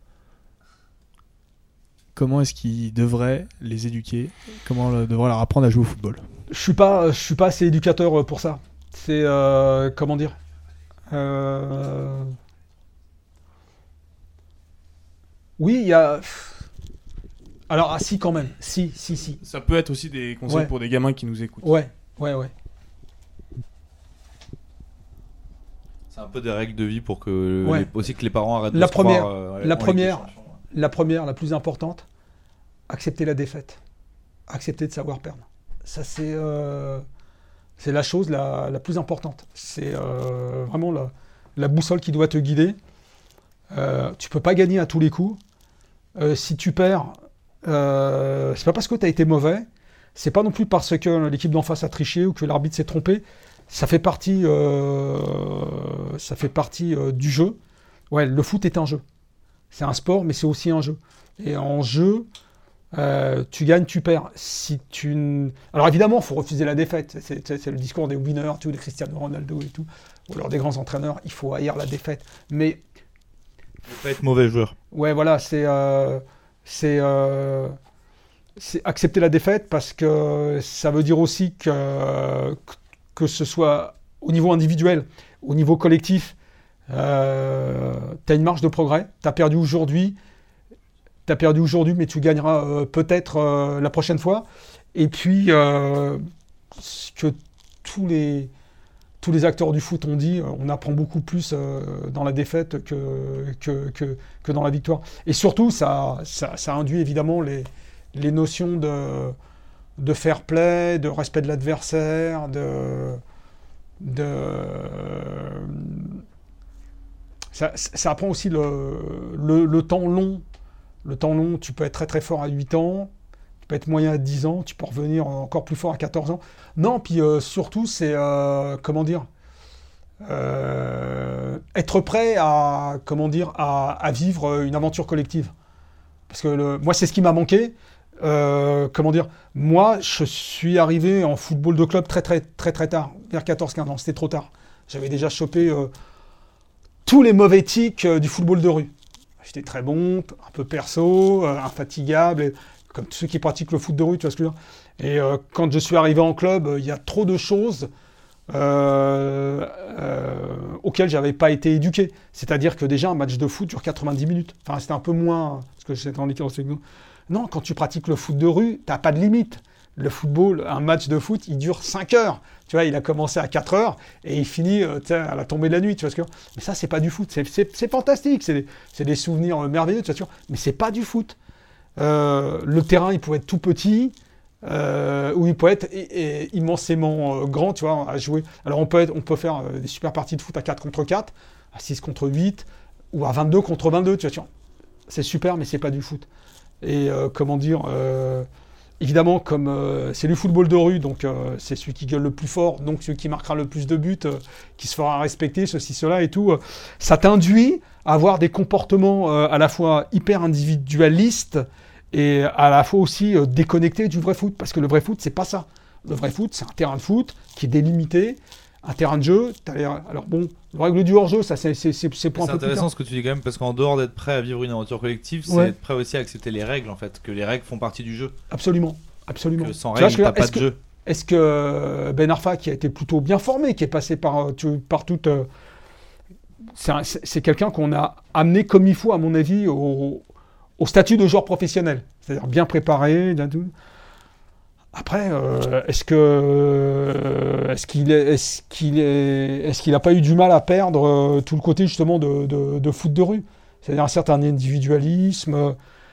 Comment est-ce qu'ils devraient les éduquer? Comment devraient leur apprendre à jouer au football? Je suis pas assez éducateur pour ça. C'est comment dire, oui, il y a, alors si quand même, si. Ça peut être aussi des conseils pour des gamins qui nous écoutent. Ouais. C'est un peu des règles de vie pour que aussi que les parents arrêtent de la se première, croire, la première, la plus importante, accepter la défaite, accepter de savoir perdre. Ça c'est la chose la plus importante. C'est vraiment la boussole qui doit te guider. Tu peux pas gagner à tous les coups. Si tu perds, c'est pas parce que tu as été mauvais, c'est pas non plus parce que l'équipe d'en face a triché ou que l'arbitre s'est trompé. Ça fait partie du jeu. Ouais, le foot est un jeu. C'est un sport, mais c'est aussi un jeu. Et en jeu, tu gagnes, tu perds. Alors évidemment, il faut refuser la défaite. C'est le discours des winners, des Cristiano Ronaldo et tout, ou alors des grands entraîneurs. Il faut haïr la défaite. Mais il faut pas être mauvais joueur. Ouais, voilà, c'est accepter la défaite parce que ça veut dire aussi que ce soit au niveau individuel, au niveau collectif, tu as une marge de progrès. Tu as perdu aujourd'hui, mais tu gagneras peut-être la prochaine fois. Et puis, ce que tous les acteurs du foot ont dit, on apprend beaucoup plus dans la défaite que dans la victoire. Et surtout, ça induit évidemment les notions de fair play, de respect de l'adversaire, ça apprend aussi le temps long. Le temps long, tu peux être très très fort à 8 ans, tu peux être moyen à 10 ans, tu peux revenir encore plus fort à 14 ans. Non, puis surtout, c'est, être prêt à vivre une aventure collective. Parce que moi, c'est ce qui m'a manqué. Moi, je suis arrivé en football de club très très très très tard, vers 14-15 ans, c'était trop tard. J'avais déjà chopé tous les mauvais tics du football de rue. J'étais très bon, un peu perso, infatigable, comme tous ceux qui pratiquent le foot de rue, tu vois ce que je veux dire. Et quand je suis arrivé en club, il y a trop de choses auxquelles j'avais pas été éduqué. C'est-à-dire que déjà, un match de foot dure 90 minutes. Enfin, c'était un peu moins, parce que j'étais en équipe avec nous. Non, quand tu pratiques le foot de rue, t'as pas de limite. Le football, un match de foot, il dure 5 heures. Tu vois, il a commencé à 4 heures et il finit à la tombée de la nuit. Tu vois ce que... Mais ça, c'est pas du foot. C'est fantastique. C'est des souvenirs merveilleux, tu vois. Mais c'est pas du foot. Le terrain, il pouvait être tout petit ou il peut être immensément grand, tu vois, à jouer. Alors, on peut faire des super parties de foot à 4 contre 4, à 6 contre 8 ou à 22 contre 22, tu vois. C'est super, mais c'est pas du foot. Et évidemment, comme c'est du football de rue, donc c'est celui qui gueule le plus fort, donc celui qui marquera le plus de buts, qui se fera respecter, ceci, cela et tout, ça t'induit à avoir des comportements à la fois hyper individualistes et à la fois aussi déconnectés du vrai foot. Parce que le vrai foot, c'est pas ça. Le vrai foot, c'est un terrain de foot qui est délimité, un terrain de jeu. Alors bon, la règle du hors-jeu, ça c'est pour un peu plus tard. C'est intéressant ce que tu dis quand même, parce qu'en dehors d'être prêt à vivre une aventure collective, c'est être prêt aussi à accepter les règles, en fait, que les règles font partie du jeu. Absolument. Que sans règles, t'as pas de jeu. Est-ce que Ben Arfa, qui a été plutôt bien formé, qui est passé par toute... c'est quelqu'un qu'on a amené comme il faut, à mon avis, au statut de joueur professionnel. C'est-à-dire bien préparé, tout. Après, est-ce qu'il n'a pas eu du mal à perdre tout le côté justement de foot de rue, c'est-à-dire un certain individualisme.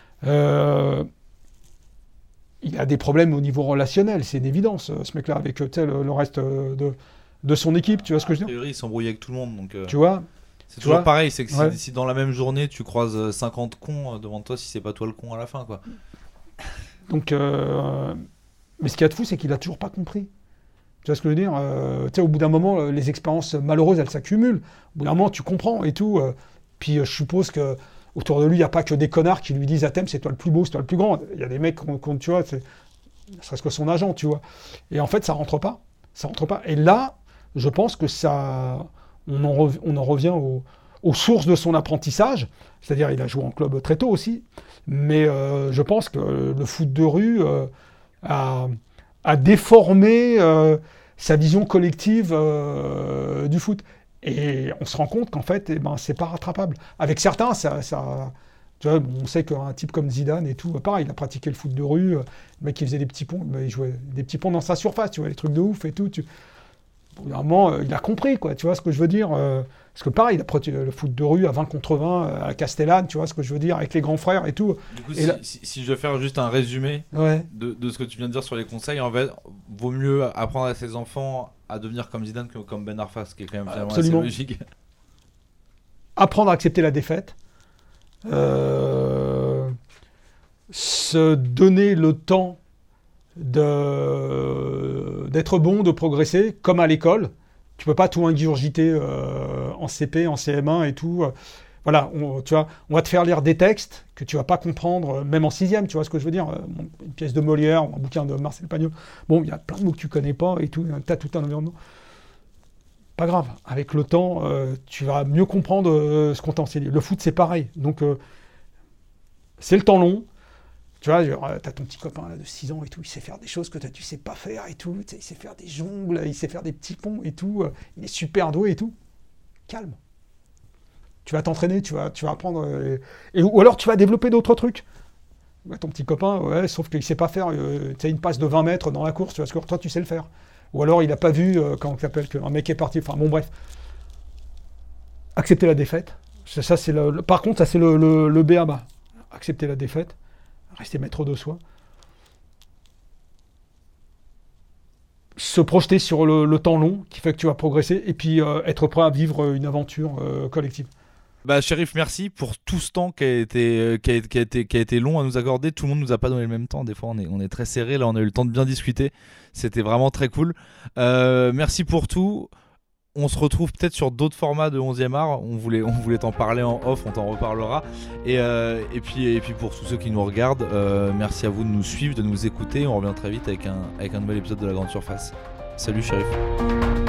Il a des problèmes au niveau relationnel, c'est une évidence, ce mec-là, avec le reste de son équipe, tu vois ce que je veux dire ? A priori, il s'embrouille avec tout le monde, donc. Tu vois ? C'est toujours pareil, c'est que si dans la même journée tu croises 50 cons devant toi, si c'est pas toi le con à la fin, quoi. Donc. Mais ce qu'il y a de fou, c'est qu'il n'a toujours pas compris. Tu vois ce que je veux dire ? Au bout d'un moment, les expériences malheureuses, elles s'accumulent. Au bout d'un moment, tu comprends et tout. Puis je suppose qu'autour de lui, il n'y a pas que des connards qui lui disent « Athème, c'est toi le plus beau, c'est toi le plus grand ». Il y a des mecs, tu vois, ne serait-ce que son agent, tu vois. Et en fait, ça rentre pas. Ça rentre pas. Et là, je pense que ça... On en revient aux sources de son apprentissage. C'est-à-dire, il a joué en club très tôt aussi. Mais je pense que le foot de rue... à déformer sa vision collective du foot. Et on se rend compte qu'en fait, c'est pas rattrapable. Avec certains, tu vois, on sait qu'un type comme Zidane et tout, pareil, il a pratiqué le foot de rue, le mec qui faisait des petits ponts, il jouait des petits ponts dans sa surface, tu vois, des trucs de ouf et tout. Vraiment, il a compris, quoi, tu vois ce que je veux dire. Parce que pareil, il a pratiqué le foot de rue à 20 contre 20 à Castellane, tu vois ce que je veux dire, avec les grands frères et tout. Du coup, si je dois faire juste un résumé de ce que tu viens de dire sur les conseils, en fait, vaut mieux apprendre à ses enfants à devenir comme Zidane que comme Ben Arfa, ce qui est quand même finalement assez logique. Apprendre à accepter la défaite, se donner le temps d'être bon, de progresser, comme à l'école. Tu peux pas tout ingurgiter en CP, en CM1 et tout. Voilà, tu vois, on va te faire lire des textes que tu vas pas comprendre, même en 6e, tu vois ce que je veux dire. Une pièce de Molière, un bouquin de Marcel Pagnol. Bon, il y a plein de mots que tu connais pas et tout. Tu as tout un environnement. Pas grave. Avec le temps, tu vas mieux comprendre ce qu'on t'a enseigné. Le foot, c'est pareil. Donc, c'est le temps long. Tu vois, genre, t'as ton petit copain là, de 6 ans et tout, il sait faire des choses que toi tu sais pas faire et tout, il sait faire des jongles, il sait faire des petits ponts et tout, il est super doué et tout. Calme. Tu vas t'entraîner, tu vas apprendre, ou alors tu vas développer d'autres trucs. Bah, ton petit copain, ouais, sauf qu'il sait pas faire une passe de 20 mètres dans la course, tu vois, parce que toi tu sais le faire. Ou alors il a pas vu, quand t'appelles qu'un mec est parti, enfin bon bref. Accepter la défaite. Ça, c'est par contre, ça c'est le B.A.-ba. Accepter la défaite. Rester maître de soi. Se projeter sur le temps long qui fait que tu vas progresser et puis être prêt à vivre une aventure collective. Bah, Chérif, merci pour tout ce temps qui a été long à nous accorder. Tout le monde nous a pas donné le même temps. Des fois, on est très serré. Là, on a eu le temps de bien discuter. C'était vraiment très cool. Merci pour tout. On se retrouve peut-être sur d'autres formats de 11e art. On voulait t'en parler en off, on t'en reparlera. Et puis pour tous ceux qui nous regardent, merci à vous de nous suivre, de nous écouter. On revient très vite avec un nouvel épisode de La Grande Surface. Salut Chérif.